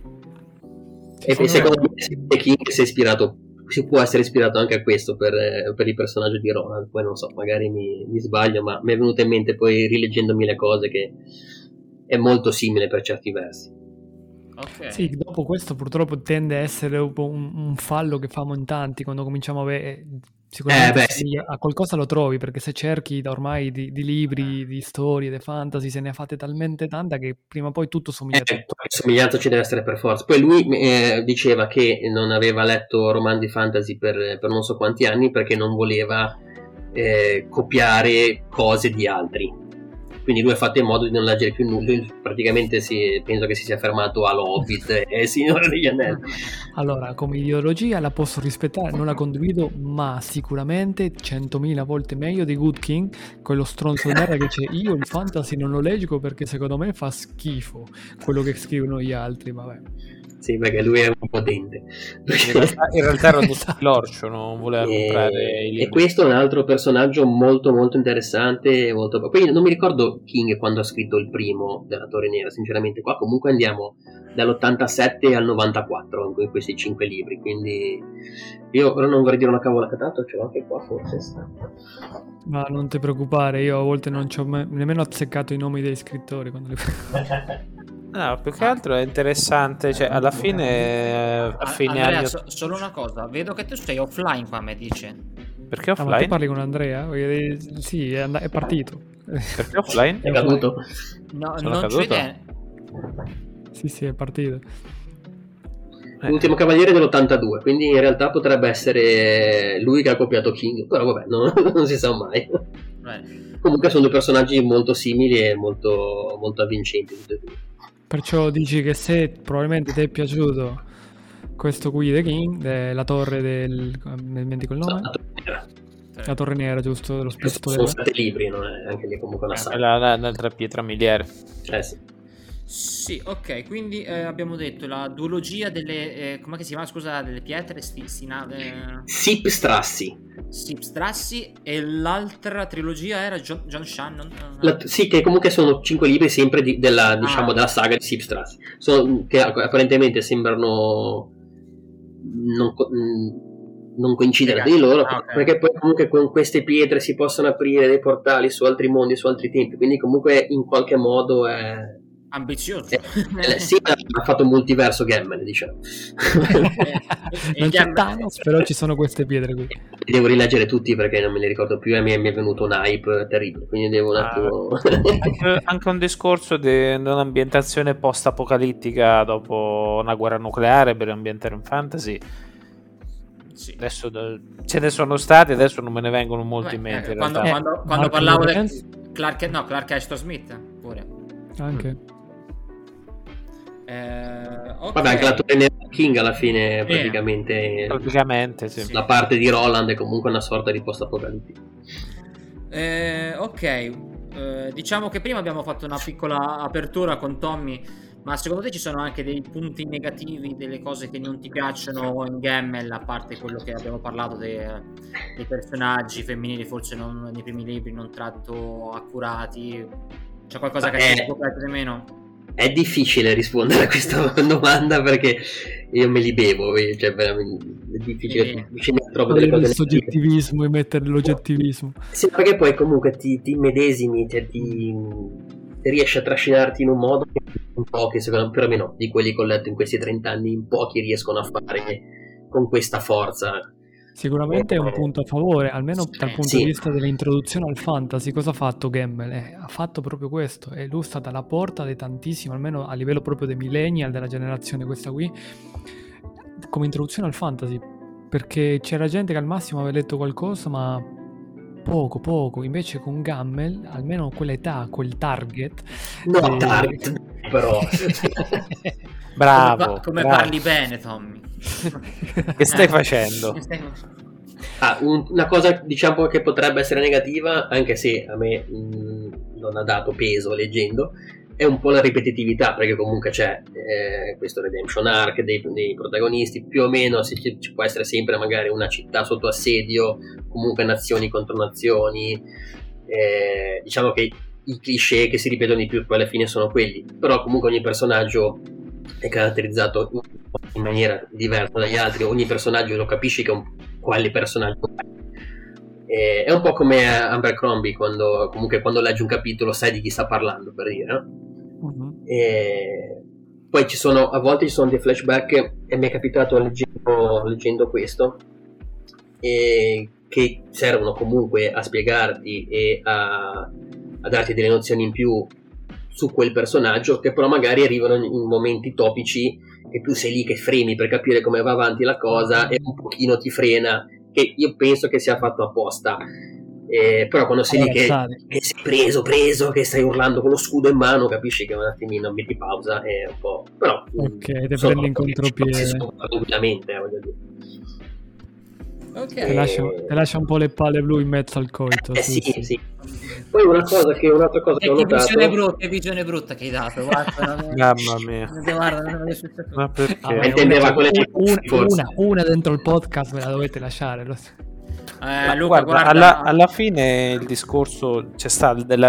Speaker 4: e secondo me King si può essere ispirato anche a questo per il personaggio di Roland. Poi non so, magari mi sbaglio, ma mi è venuto in mente poi rileggendomi le cose che è molto simile per certi versi.
Speaker 1: Okay.
Speaker 2: Sì, dopo questo purtroppo tende a essere un fallo che famo in tanti quando cominciamo a avere, sicuramente a qualcosa lo trovi, perché se cerchi da ormai di libri, di storie, di fantasy, se ne fate talmente tanta che prima o poi tutto somiglia a tutto.
Speaker 4: Somiglianza ci deve essere per forza. Poi lui diceva che non aveva letto romanzi fantasy per non so quanti anni, perché non voleva copiare cose di altri. Quindi lui ha fatto in modo di non leggere più nulla. Lui praticamente penso che si sia fermato a Hobbit e Signore degli Anelli.
Speaker 2: Allora, come ideologia la posso rispettare, non la condivido, ma sicuramente 100.000 volte meglio di Good King, quello stronzo di merda che c'è. Io il fantasy non lo leggo perché secondo me fa schifo quello che scrivono gli altri, vabbè.
Speaker 4: Sì, perché lui è un potente.
Speaker 3: In realtà era l'orcio, non voleva comprare i libri.
Speaker 4: E questo è un altro personaggio molto molto interessante, molto... Poi non mi ricordo King quando ha scritto il primo della Torre Nera, sinceramente. Qua comunque andiamo dall'87 al 94 in questi 5 libri, quindi io ora non vorrei dire una cavolata, tanto ce l'ho anche qua forse.
Speaker 2: Ma non ti preoccupare, io a volte non ci ho nemmeno azzeccato i nomi dei scrittori quando li...
Speaker 3: No, più che altro è interessante, cioè alla fine a fine
Speaker 1: Andrea,
Speaker 3: anni...
Speaker 1: solo una cosa, vedo che tu sei offline qua, mi dice.
Speaker 3: Perché
Speaker 2: Ah, ma
Speaker 3: offline?
Speaker 2: tu parli con Andrea? Sì, è partito.
Speaker 3: Perché offline?
Speaker 4: È caduto?
Speaker 1: No,
Speaker 3: Sono
Speaker 1: non
Speaker 3: caduto?
Speaker 1: ci vede.
Speaker 2: Sì, è partito.
Speaker 4: L'ultimo cavaliere dell'82, quindi in realtà potrebbe essere lui che ha copiato King, però vabbè, non si sa mai. Comunque sono due personaggi molto simili e molto, molto avvincenti tutti e due.
Speaker 2: Perciò dici che se probabilmente ti è piaciuto questo qui The King, la torre del... mi dimentico il nome? La torre nera, giusto? Dello spesso
Speaker 4: sono 7 libri, non è anche lì comunque una saga.
Speaker 3: L'altra pietra miliare.
Speaker 4: Sì.
Speaker 1: Sì, ok, quindi abbiamo detto la duologia delle... com'è che si chiama, scusa, delle pietre? Sipstrassi, e l'altra trilogia era John Shannon?
Speaker 4: Sì, che comunque sono 5 libri sempre della saga di Sipstrassi, che apparentemente sembrano non coincidere di loro, okay. Perché poi comunque con queste pietre si possono aprire dei portali su altri mondi, su altri tempi, quindi comunque in qualche modo è...
Speaker 1: ambizioso.
Speaker 4: Sì, ha fatto un multiverso Gammel, diciamo.
Speaker 2: Non c'è Thanos, però ci sono queste pietre qui.
Speaker 4: Devo rileggere tutti perché non me li ricordo più e mi è venuto un hype terribile, quindi devo un attimo...
Speaker 3: anche un discorso di un'ambientazione post-apocalittica dopo una guerra nucleare per ambientare un fantasy. Sì. Adesso ce ne sono stati, adesso non me ne vengono molti in mente.
Speaker 1: Quando parlavo di Clark Ashton Smith pure.
Speaker 2: Anche.
Speaker 1: Okay.
Speaker 4: Vabbè, anche la Torre Nera King alla fine praticamente
Speaker 3: sì.
Speaker 4: La parte di Roland è comunque una sorta di post-apocalittico.
Speaker 1: Diciamo che prima abbiamo fatto una piccola apertura con Tommy, ma secondo te ci sono anche dei punti negativi, delle cose che non ti piacciono in Gammel, a parte quello che abbiamo parlato dei personaggi femminili forse non, nei primi libri non tanto accurati? C'è qualcosa che ti piace meno?
Speaker 4: È difficile rispondere a questa domanda perché io me li bevo, cioè veramente è difficile.
Speaker 2: Trovo delle cose, il soggettivismo e mettere l'oggettivismo.
Speaker 4: Sì, perché poi comunque ti medesimi, cioè ti riesci a trascinarti in un modo che in pochi, secondo me, perlomeno di quelli che ho letto in questi 30 anni, in pochi riescono a fare con questa forza.
Speaker 2: Sicuramente è un punto a favore, almeno dal punto di vista dell'introduzione al fantasy. Cosa ha fatto Gammel? Ha fatto proprio questo, e lui è stata la porta di tantissimo, almeno a livello proprio dei millennial, della generazione questa qui, come introduzione al fantasy, perché c'era gente che al massimo aveva letto qualcosa ma poco, invece con Gammel, almeno quell'età, quel target
Speaker 4: target però
Speaker 3: bravo
Speaker 1: come parli bene, Tommy.
Speaker 3: Che stai facendo?
Speaker 4: Una cosa diciamo che potrebbe essere negativa, anche se a me non ha dato peso leggendo, è un po' la ripetitività, perché comunque c'è questo redemption arc dei protagonisti, più o meno ci può essere sempre magari una città sotto assedio, comunque nazioni contro nazioni, diciamo che i cliché che si ripetono di più poi alla fine sono quelli, però comunque ogni personaggio è caratterizzato in maniera diversa dagli altri, ogni personaggio lo capisci che quale personaggio è un po' come Abercrombie, quando leggi un capitolo sai di chi sta parlando, per dire, no? Uh-huh. Poi a volte ci sono dei flashback, e mi è capitato leggendo questo, che servono comunque a spiegarti e a darti delle nozioni in più su quel personaggio, che però magari arrivano in momenti topici e tu sei lì che fremi per capire come va avanti la cosa e un pochino ti frena, che io penso che sia fatto apposta, però quando sei lì che sei preso, che stai urlando con lo scudo in mano, capisci che un attimino metti pausa e un po', però
Speaker 2: ok, te prendi in contropiede
Speaker 4: tranquillamente, voglio dire.
Speaker 1: Ok.
Speaker 2: Te lascia un po' le palle blu in mezzo al coito.
Speaker 4: Sì. Poi un'altra cosa che ho notato...
Speaker 1: Che visione brutta che hai dato, guarda.
Speaker 3: Mamma mia.
Speaker 1: Guarda, non è successo.
Speaker 3: Ma perché?
Speaker 2: Vabbè,
Speaker 4: intendeva quelle
Speaker 2: una dentro il podcast ve la dovete lasciare.
Speaker 1: Luca,
Speaker 3: guarda, alla fine il discorso c'è stato della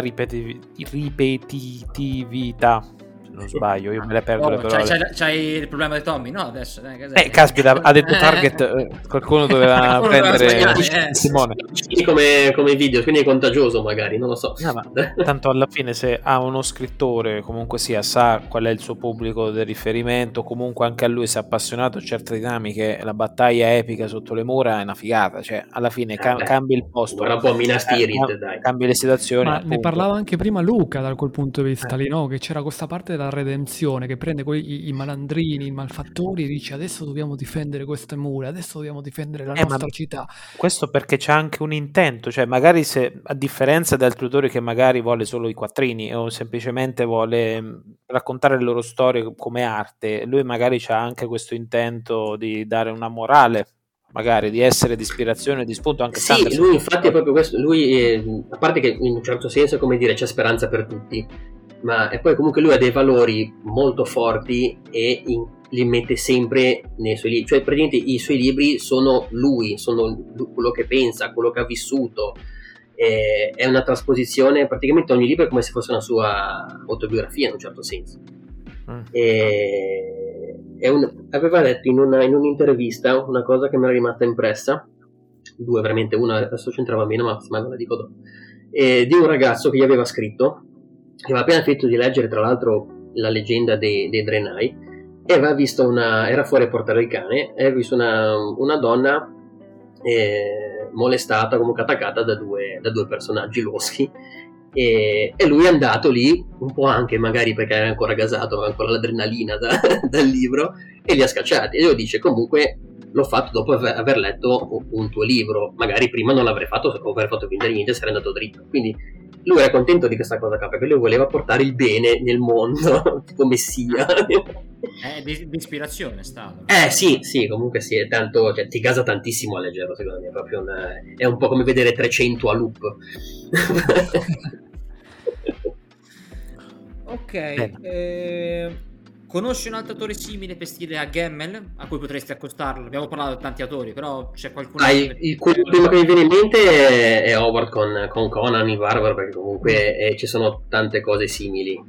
Speaker 3: ripetitività. Se non sbaglio, io me le perdo le parole.
Speaker 1: C'hai il problema di Tommy, no? Adesso,
Speaker 3: caspita, ha detto Target, qualcuno doveva prendere Simone.
Speaker 4: Come video, quindi è contagioso magari, non lo so.
Speaker 3: Ma tanto alla fine se ha uno scrittore comunque sa qual è il suo pubblico di riferimento, comunque anche a lui si è appassionato a certe dinamiche, la battaglia epica sotto le mura è una figata, cioè alla fine cambi il posto.
Speaker 4: Guarda un po' Minas Tirith, dai.
Speaker 3: Cambi le situazioni.
Speaker 2: Ma ne parlava anche prima Luca da quel punto di vista lì, no? Che c'era questa parte della redenzione che prende i malandrini, i malfattori e dice adesso dobbiamo difendere queste mura, adesso dobbiamo difendere la nostra città.
Speaker 3: Questo perché c'è anche un intento, cioè magari se a differenza di altri autori che magari vuole solo i quattrini o semplicemente vuole raccontare le loro storie come arte, lui magari c'ha anche questo intento di dare una morale, magari di essere di ispirazione, di spunto anche
Speaker 4: sì, lui infatti è proprio questo, lui a parte che in un certo senso, come dire, c'è speranza per tutti, ma e poi comunque lui ha dei valori molto forti e li mette sempre nei suoi libri, cioè praticamente i suoi libri sono lui, sono quello che pensa, quello che ha vissuto, è una trasposizione, praticamente ogni libro è come se fosse una sua autobiografia in un certo senso. Aveva detto in un'intervista una cosa che mi era rimasta impressa, due veramente, una adesso c'entrava meno ma ve la dico dopo, di un ragazzo che gli aveva scritto, che aveva appena finito di leggere tra l'altro la leggenda dei Draenei e aveva visto era fuori a portare il cane e aveva visto una donna molestata, comunque attaccata da due personaggi loschi, e lui è andato lì un po' anche magari perché era ancora gasato, aveva ancora l'adrenalina dal libro e li ha scacciati, e lui dice comunque l'ho fatto dopo aver letto un tuo libro, magari prima non l'avrei fatto o avrei fatto finta di niente, sarei andato dritto, quindi lui era contento di questa cosa qua perché lui voleva portare il bene nel mondo tipo messia.
Speaker 1: Di ispirazione è stato.
Speaker 4: Sì, comunque sì, è tanto, cioè, ti gasa tantissimo a leggerlo, secondo me, è un po' come vedere 300 a loop.
Speaker 1: Ok, conosci un altro autore simile per stile a Gemmel a cui potresti accostarlo? Abbiamo parlato di tanti autori, però c'è qualcuno
Speaker 4: quello primo che mi viene in mente è Howard con Conan il Barbaro, perché comunque ci sono tante cose simili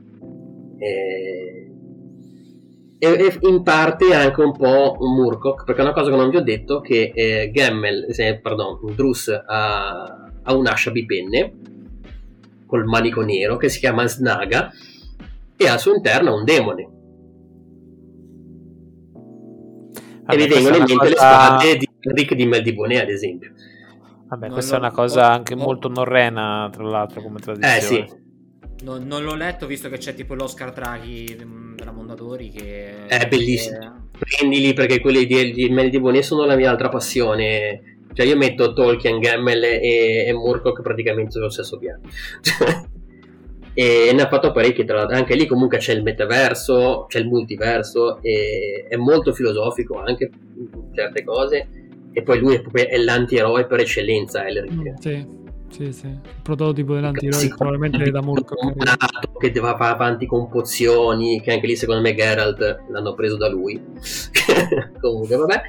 Speaker 4: e in parte anche un po' Moorcock, perché è una cosa che non vi ho detto, che Druss ha un'ascia bipenne col manico nero che si chiama Snaga e al suo interno un demone. E mi vengono in mente le spade di Rick di Meldibone, ad esempio.
Speaker 3: Vabbè, questa è una cosa anche molto norrena, tra l'altro, come tradizione.
Speaker 4: Sì.
Speaker 1: Non l'ho letto, visto che c'è tipo l'Oscar Draghi della Mondadori che
Speaker 4: è bellissimo. Prendili, perché quelli di Meldibone sono la mia altra passione. Cioè io metto Tolkien, Gemmel e Moorcock praticamente sullo stesso piano. E ne ha fatto parecchi, tra l'altro. Anche lì comunque c'è il metaverso, c'è il multiverso, e è molto filosofico anche certe cose, e poi lui è l'antieroe per eccellenza, Elric.
Speaker 2: Sì. Il prototipo dell'antieroe probabilmente da Moorcock,
Speaker 4: che va avanti con pozioni, che anche lì secondo me Geralt l'hanno preso da lui. Comunque vabbè,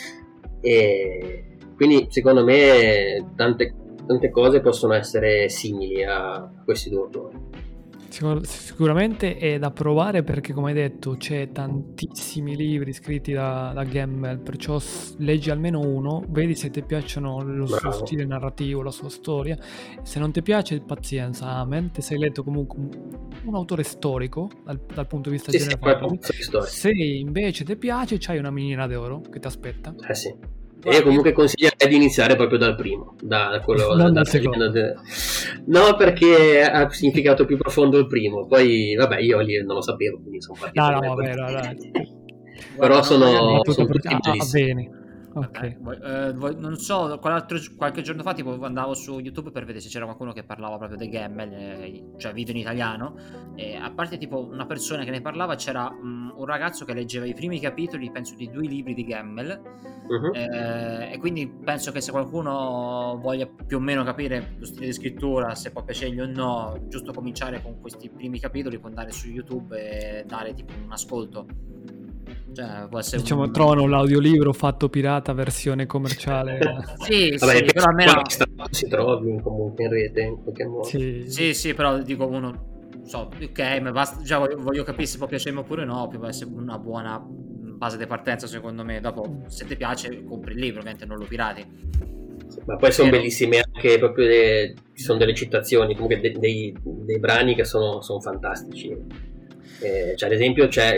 Speaker 4: e quindi secondo me tante cose possono essere simili a questi due autori.
Speaker 2: Sicuramente è da provare, perché come hai detto c'è tantissimi libri scritti da Gemmel, perciò leggi almeno uno, vedi se ti piacciono lo suo stile narrativo, la sua storia. Se non ti piace, pazienza, amen. Ti sei letto comunque un autore storico dal punto di vista generale. Se invece ti piace, c'hai una minina d'oro che ti aspetta.
Speaker 4: Sì. E io comunque consiglierei di iniziare proprio dal primo, da quello dal secondo. No, perché ha significato più profondo il primo. Poi vabbè, io lì non lo sapevo, quindi sono partito.
Speaker 2: No.
Speaker 4: Però sono tutti bellissimi.
Speaker 2: Bene. Ok.
Speaker 1: Non so, qualche giorno fa tipo andavo su YouTube per vedere se c'era qualcuno che parlava proprio dei Gammel, cioè video in italiano, e a parte tipo una persona che ne parlava, c'era un ragazzo che leggeva i primi capitoli, penso, di 2 libri di Gammel, e quindi penso che se qualcuno voglia più o meno capire lo stile di scrittura, se può piacergli o no, giusto cominciare con questi primi capitoli, può andare su YouTube e dare tipo un ascolto. Cioè, può essere
Speaker 2: Diciamo, trovano l'audiolibro fatto pirata versione commerciale.
Speaker 1: Sì,
Speaker 4: Vabbè,
Speaker 1: sì, però almeno
Speaker 4: si trovi comunque in rete in qualche modo.
Speaker 1: sì, però dico uno, so, ok, ma basta, già voglio capire se può piacermi oppure no, può essere una buona base di partenza secondo me. Dopo, se ti piace, compri il libro, ovviamente non lo pirati.
Speaker 4: Ma poi sono bellissime anche proprio ci sono delle citazioni, comunque dei brani che sono fantastici. Cioè, ad esempio c'è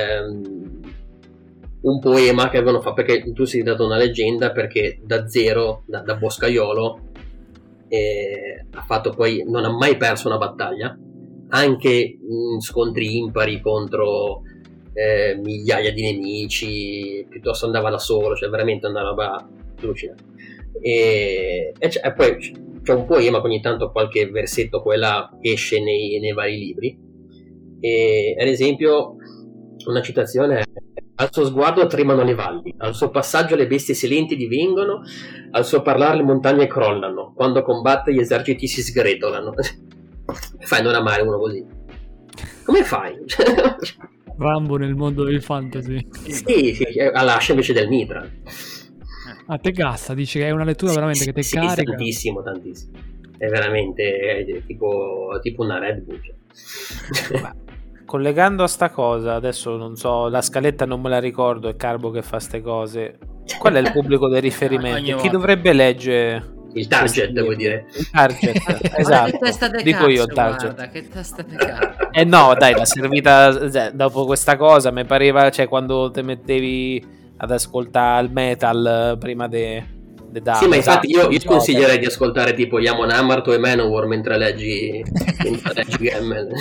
Speaker 4: un poema che avevano fatto, perché tu sei dato una leggenda, perché da zero, da boscaiolo, ha fatto poi, non ha mai perso una battaglia, anche in scontri impari contro migliaia di nemici, piuttosto andava da solo, cioè veramente una roba allucinante. E poi c'è un poema che ogni tanto qualche versetto quella esce nei vari libri, e ad esempio una citazione è: al suo sguardo tremano le valli, al suo passaggio le bestie silenti divengono, al suo parlare le montagne crollano, quando combatte gli eserciti si sgretolano. Fai non amare uno così? Come fai?
Speaker 2: Rambo nel mondo del fantasy.
Speaker 4: Sì, all'ascia invece del mitra.
Speaker 2: A te gassa, dici che è una lettura veramente che te carica.
Speaker 4: Tantissimo. È veramente tipo una Red Bull.
Speaker 3: Collegando a sta cosa, adesso non so, la scaletta non me la ricordo, è Carbo che fa ste cose. Qual è il pubblico di riferimento? Chi dovrebbe leggere?
Speaker 4: Il target, vuoi dire?
Speaker 3: Il target, esatto. Dico io il target.
Speaker 1: Guarda, che testa di cazzo.
Speaker 3: No, dai, la servita dopo questa cosa mi pareva, cioè quando te mettevi ad ascoltare il metal prima de
Speaker 4: sì, ma infatti io consiglierei di ascoltare tipo Yamon Amarto e Manowar mentre leggi Gammel.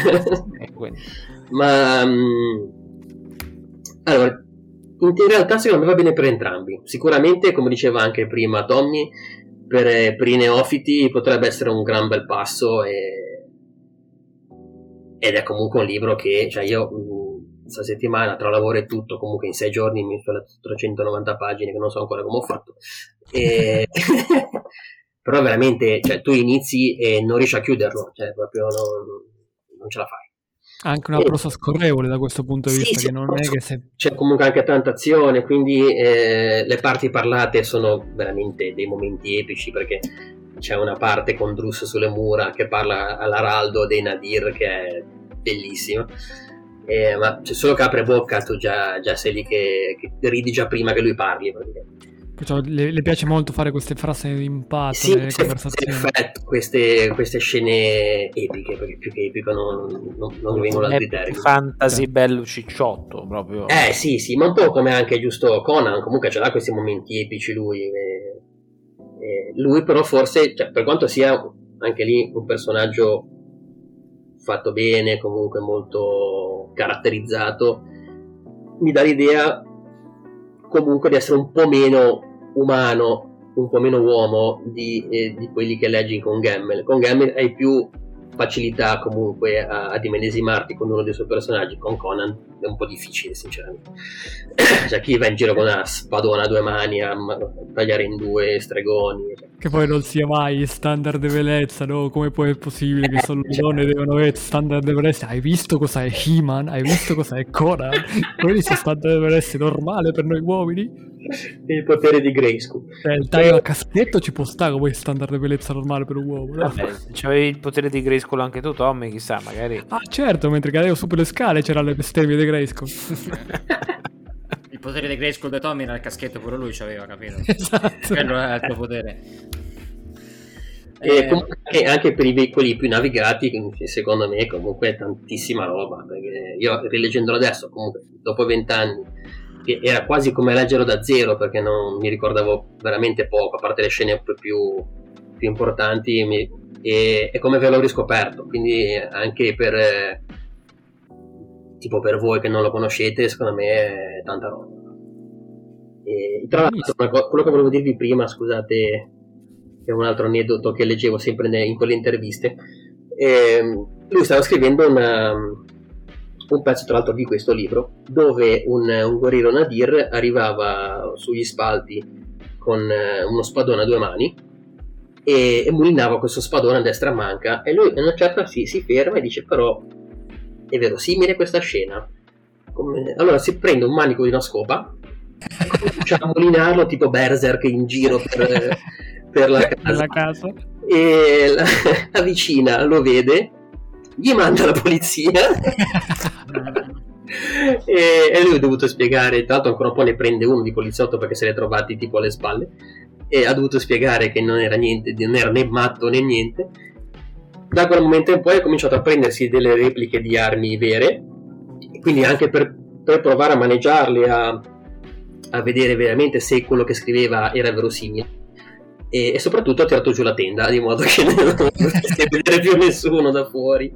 Speaker 4: Ma allora, in realtà secondo me va bene per entrambi. Sicuramente, come diceva anche prima Tommy, per i neofiti potrebbe essere un gran bel passo, ed è comunque un libro che, cioè, io questa settimana tra lavoro e tutto, comunque in 6 giorni mi sono letto 390 pagine che non so ancora come ho fatto, però veramente, cioè, tu inizi e non riesci a chiuderlo, cioè proprio non ce la fai.
Speaker 2: Anche una prosa scorrevole da questo punto di vista, che non è che
Speaker 4: c'è comunque anche tanta azione, quindi le parti parlate sono veramente dei momenti epici, perché c'è una parte con Drus sulle mura che parla all'araldo dei Nadir che è bellissima, ma c'è solo che apre bocca tu già sei lì che ridi già prima che lui parli,
Speaker 2: cioè, le piace molto fare queste frasi di impatto nelle conversazioni.
Speaker 4: Perfetto, queste scene epiche, perché più che epico non vengono altri termini.
Speaker 3: Fantasy bello cicciotto proprio.
Speaker 4: Sì, ma un po' come anche giusto Conan, comunque ce l'ha questi momenti epici lui. Lui però forse, cioè, per quanto sia anche lì un personaggio fatto bene, comunque molto caratterizzato, mi dà l'idea comunque di essere un po' meno umano, un po' meno uomo di quelli che leggi con Gammel. Con Gammel hai più facilità comunque a immedesimarti con uno dei suoi personaggi. Con Conan è un po' difficile, sinceramente. Cioè, chi va in giro con una spadona a 2 mani a tagliare in 2 stregoni,
Speaker 2: che poi non sia mai standard di bellezza, no? Come poi è possibile che solo le donne devono avere standard di bellezza? Hai visto cosa è He-Man? Hai visto cosa è Conan? Quelli sono standard di bellezza normale per noi uomini?
Speaker 4: Il potere di Grayskull.
Speaker 2: Il taglio a caschetto ci può stare come standard di bellezza normale per un uomo, no?
Speaker 3: Vabbè, c'avevi il potere di Grayskull anche tu, Tommy, chissà, magari.
Speaker 2: Ah, certo, mentre cadevo su per le scale c'era le bestemmie di Grayskull.
Speaker 1: Il potere di Grayskull di Tommy era il caschetto, pure lui c'aveva, capito?
Speaker 2: Esatto.
Speaker 1: Quello è il tuo potere.
Speaker 4: Comunque anche per i veicoli più navigati, secondo me comunque è tantissima roba, perché io rileggendolo adesso, comunque dopo 20 anni, che era quasi come leggerlo da zero, perché non mi ricordavo veramente poco, a parte le scene più importanti, è come averlo riscoperto. Quindi anche per voi che non lo conoscete, secondo me è tanta roba. E, tra l'altro, quello che volevo dirvi prima, scusate, è un altro aneddoto che leggevo sempre in quelle interviste. Lui stava scrivendo un pezzo, tra l'altro, di questo libro, dove un guerriero Nadir arrivava sugli spalti con uno spadone a 2 mani e mulinava questo spadone a destra manca, e lui a una certa si ferma e dice: però è verosimile questa scena. Allora si prende un manico di una scopa e comincia a mulinarlo tipo Berserk in giro per la casa. E la vicina lo vede, gli manda la polizia e lui ha dovuto spiegare, tra l'altro ancora un po' ne prende uno di poliziotto perché se li è trovati tipo alle spalle, e ha dovuto spiegare che non era niente, non era né matto né niente. Da quel momento in poi ha cominciato a prendersi delle repliche di armi vere, quindi anche per provare a maneggiarle, a vedere veramente se quello che scriveva era verosimile, e soprattutto ha tirato giù la tenda di modo che non potesse vedere più nessuno da fuori.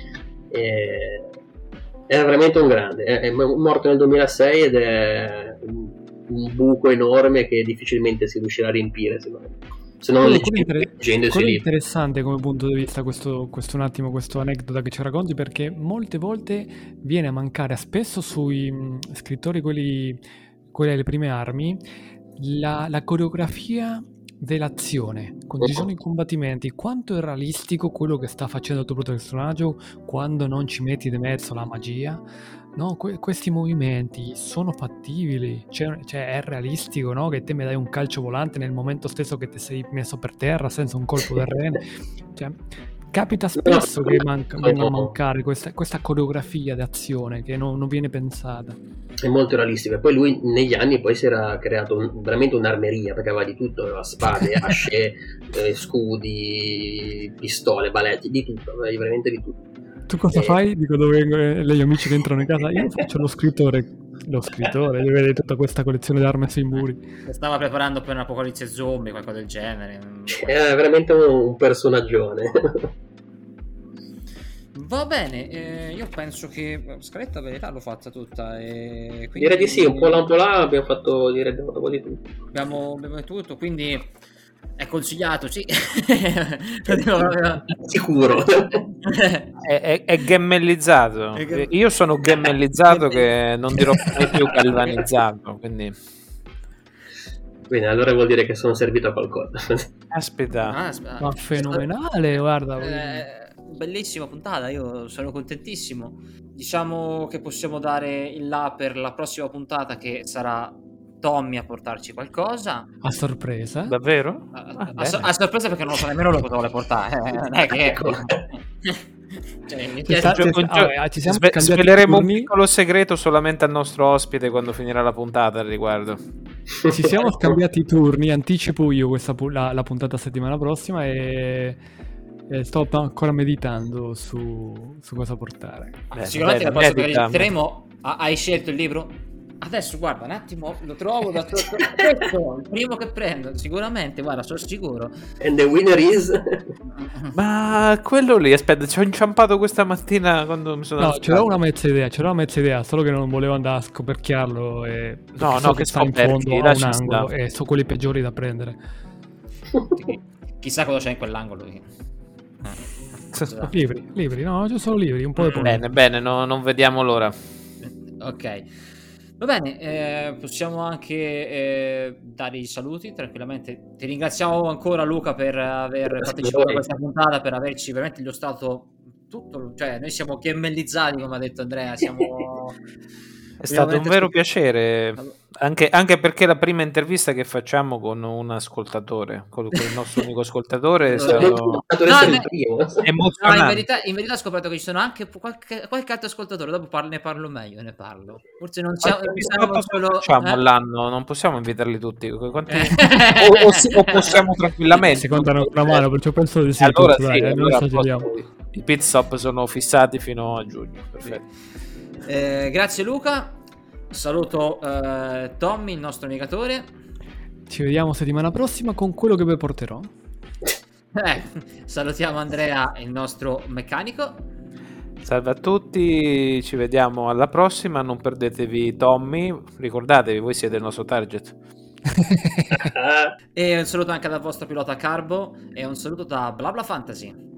Speaker 4: È veramente un grande, è morto nel 2006 ed è un buco enorme che difficilmente si riuscirà a riempire, se non leggendo i suoi libri.
Speaker 2: È interessante come punto di vista questo aneddoto che ci racconti, perché molte volte viene a mancare, spesso sui scrittori quelli alle prime armi, la coreografia dell'azione, quando ci sono i combattimenti, quanto è realistico quello che sta facendo il tuo personaggio quando non ci metti di mezzo la magia, no? Questi movimenti sono fattibili, cioè è realistico, no? Che te mi dai un calcio volante nel momento stesso che ti sei messo per terra senza un colpo del rene, cioè capita spesso che venga a mancare questa coreografia d'azione che non viene pensata.
Speaker 4: È molto realistico. E poi lui negli anni poi si era creato veramente un'armeria, perché aveva di tutto, aveva spade, asce, scudi, pistole, baletti, di tutto, aveva veramente di tutto.
Speaker 2: Tu cosa fai? Dico, dove gli amici che entrano in casa, io faccio lo scrittore, vede tutta questa collezione di armi sui muri.
Speaker 1: Stava preparando per un'apocalisse zombie, qualcosa del genere.
Speaker 4: È veramente un personaggione.
Speaker 1: Va bene, io penso che scaletta verità l'ho fatta tutta. Quindi...
Speaker 4: Direi di sì, un po' là abbiamo fatto un po' di tutto.
Speaker 1: Abbiamo tutto, quindi è consigliato, sì.
Speaker 4: Sicuro.
Speaker 3: È gammellizzato. Io sono gammellizzato che non dirò mai più galvanizzato, quindi...
Speaker 4: Bene, allora vuol dire che sono servito a qualcosa.
Speaker 3: Aspetta.
Speaker 2: Ma fenomenale, guarda.
Speaker 1: Bellissima puntata, io sono contentissimo. Diciamo che possiamo dare il là per la prossima puntata, che sarà Tommy a portarci qualcosa.
Speaker 2: A sorpresa?
Speaker 3: Davvero?
Speaker 1: A sorpresa, perché non lo so nemmeno lo vuole portare. Non è che...
Speaker 3: Sveleremo un piccolo segreto solamente al nostro ospite quando finirà la puntata al riguardo.
Speaker 2: Ci siamo scambiati i turni, anticipo io la puntata settimana prossima e sto ancora meditando su cosa portare.
Speaker 1: Sicuramente la prossima che registreremo. Hai scelto il libro? Adesso guarda un attimo, lo trovo da sotto. Questo, il primo che prendo, sicuramente, guarda, sono sicuro.
Speaker 4: And the winner is...
Speaker 3: Ma quello lì, aspetta, ci ho inciampato questa mattina quando mi sono...
Speaker 2: No, c'era una mezza idea, solo che non volevo andare a scoperchiarlo e...
Speaker 3: No, che
Speaker 2: sta in fondo a un angolo e sono quelli peggiori da prendere.
Speaker 1: Chissà cosa c'è in quell'angolo lì.
Speaker 2: Libri, no, ci sono libri, un po' di
Speaker 3: Bene, non vediamo l'ora.
Speaker 1: Ok. Va bene, possiamo anche dare i saluti tranquillamente. Ti ringraziamo ancora, Luca, per aver partecipato a questa puntata, per averci veramente illustrato tutto. Cioè, noi siamo gemmellizzati, come ha detto Andrea.
Speaker 3: È stato un vero piacere, anche perché la prima intervista che facciamo con un ascoltatore, con il nostro unico ascoltatore, è stato emozionante.
Speaker 1: In verità ho scoperto che ci sono anche qualche altro ascoltatore. Dopo ne parlo meglio, Forse non siamo solo...
Speaker 3: Facciamo all'anno, non possiamo invitarli tutti. O possiamo tranquillamente.
Speaker 2: Si contano una mano, perciò penso di sì.
Speaker 3: Allora i pit stop sono fissati fino a giugno. Perfetto.
Speaker 1: Grazie Luca, saluto Tommy, il nostro navigatore.
Speaker 2: Ci vediamo settimana prossima con quello che vi porterò.
Speaker 1: Salutiamo Andrea, il nostro meccanico.
Speaker 3: Salve a tutti, ci vediamo alla prossima, non perdetevi Tommy, ricordatevi, voi siete il nostro target.
Speaker 1: E un saluto anche dal vostro pilota Carbo e un saluto da BlaBla Fantasy.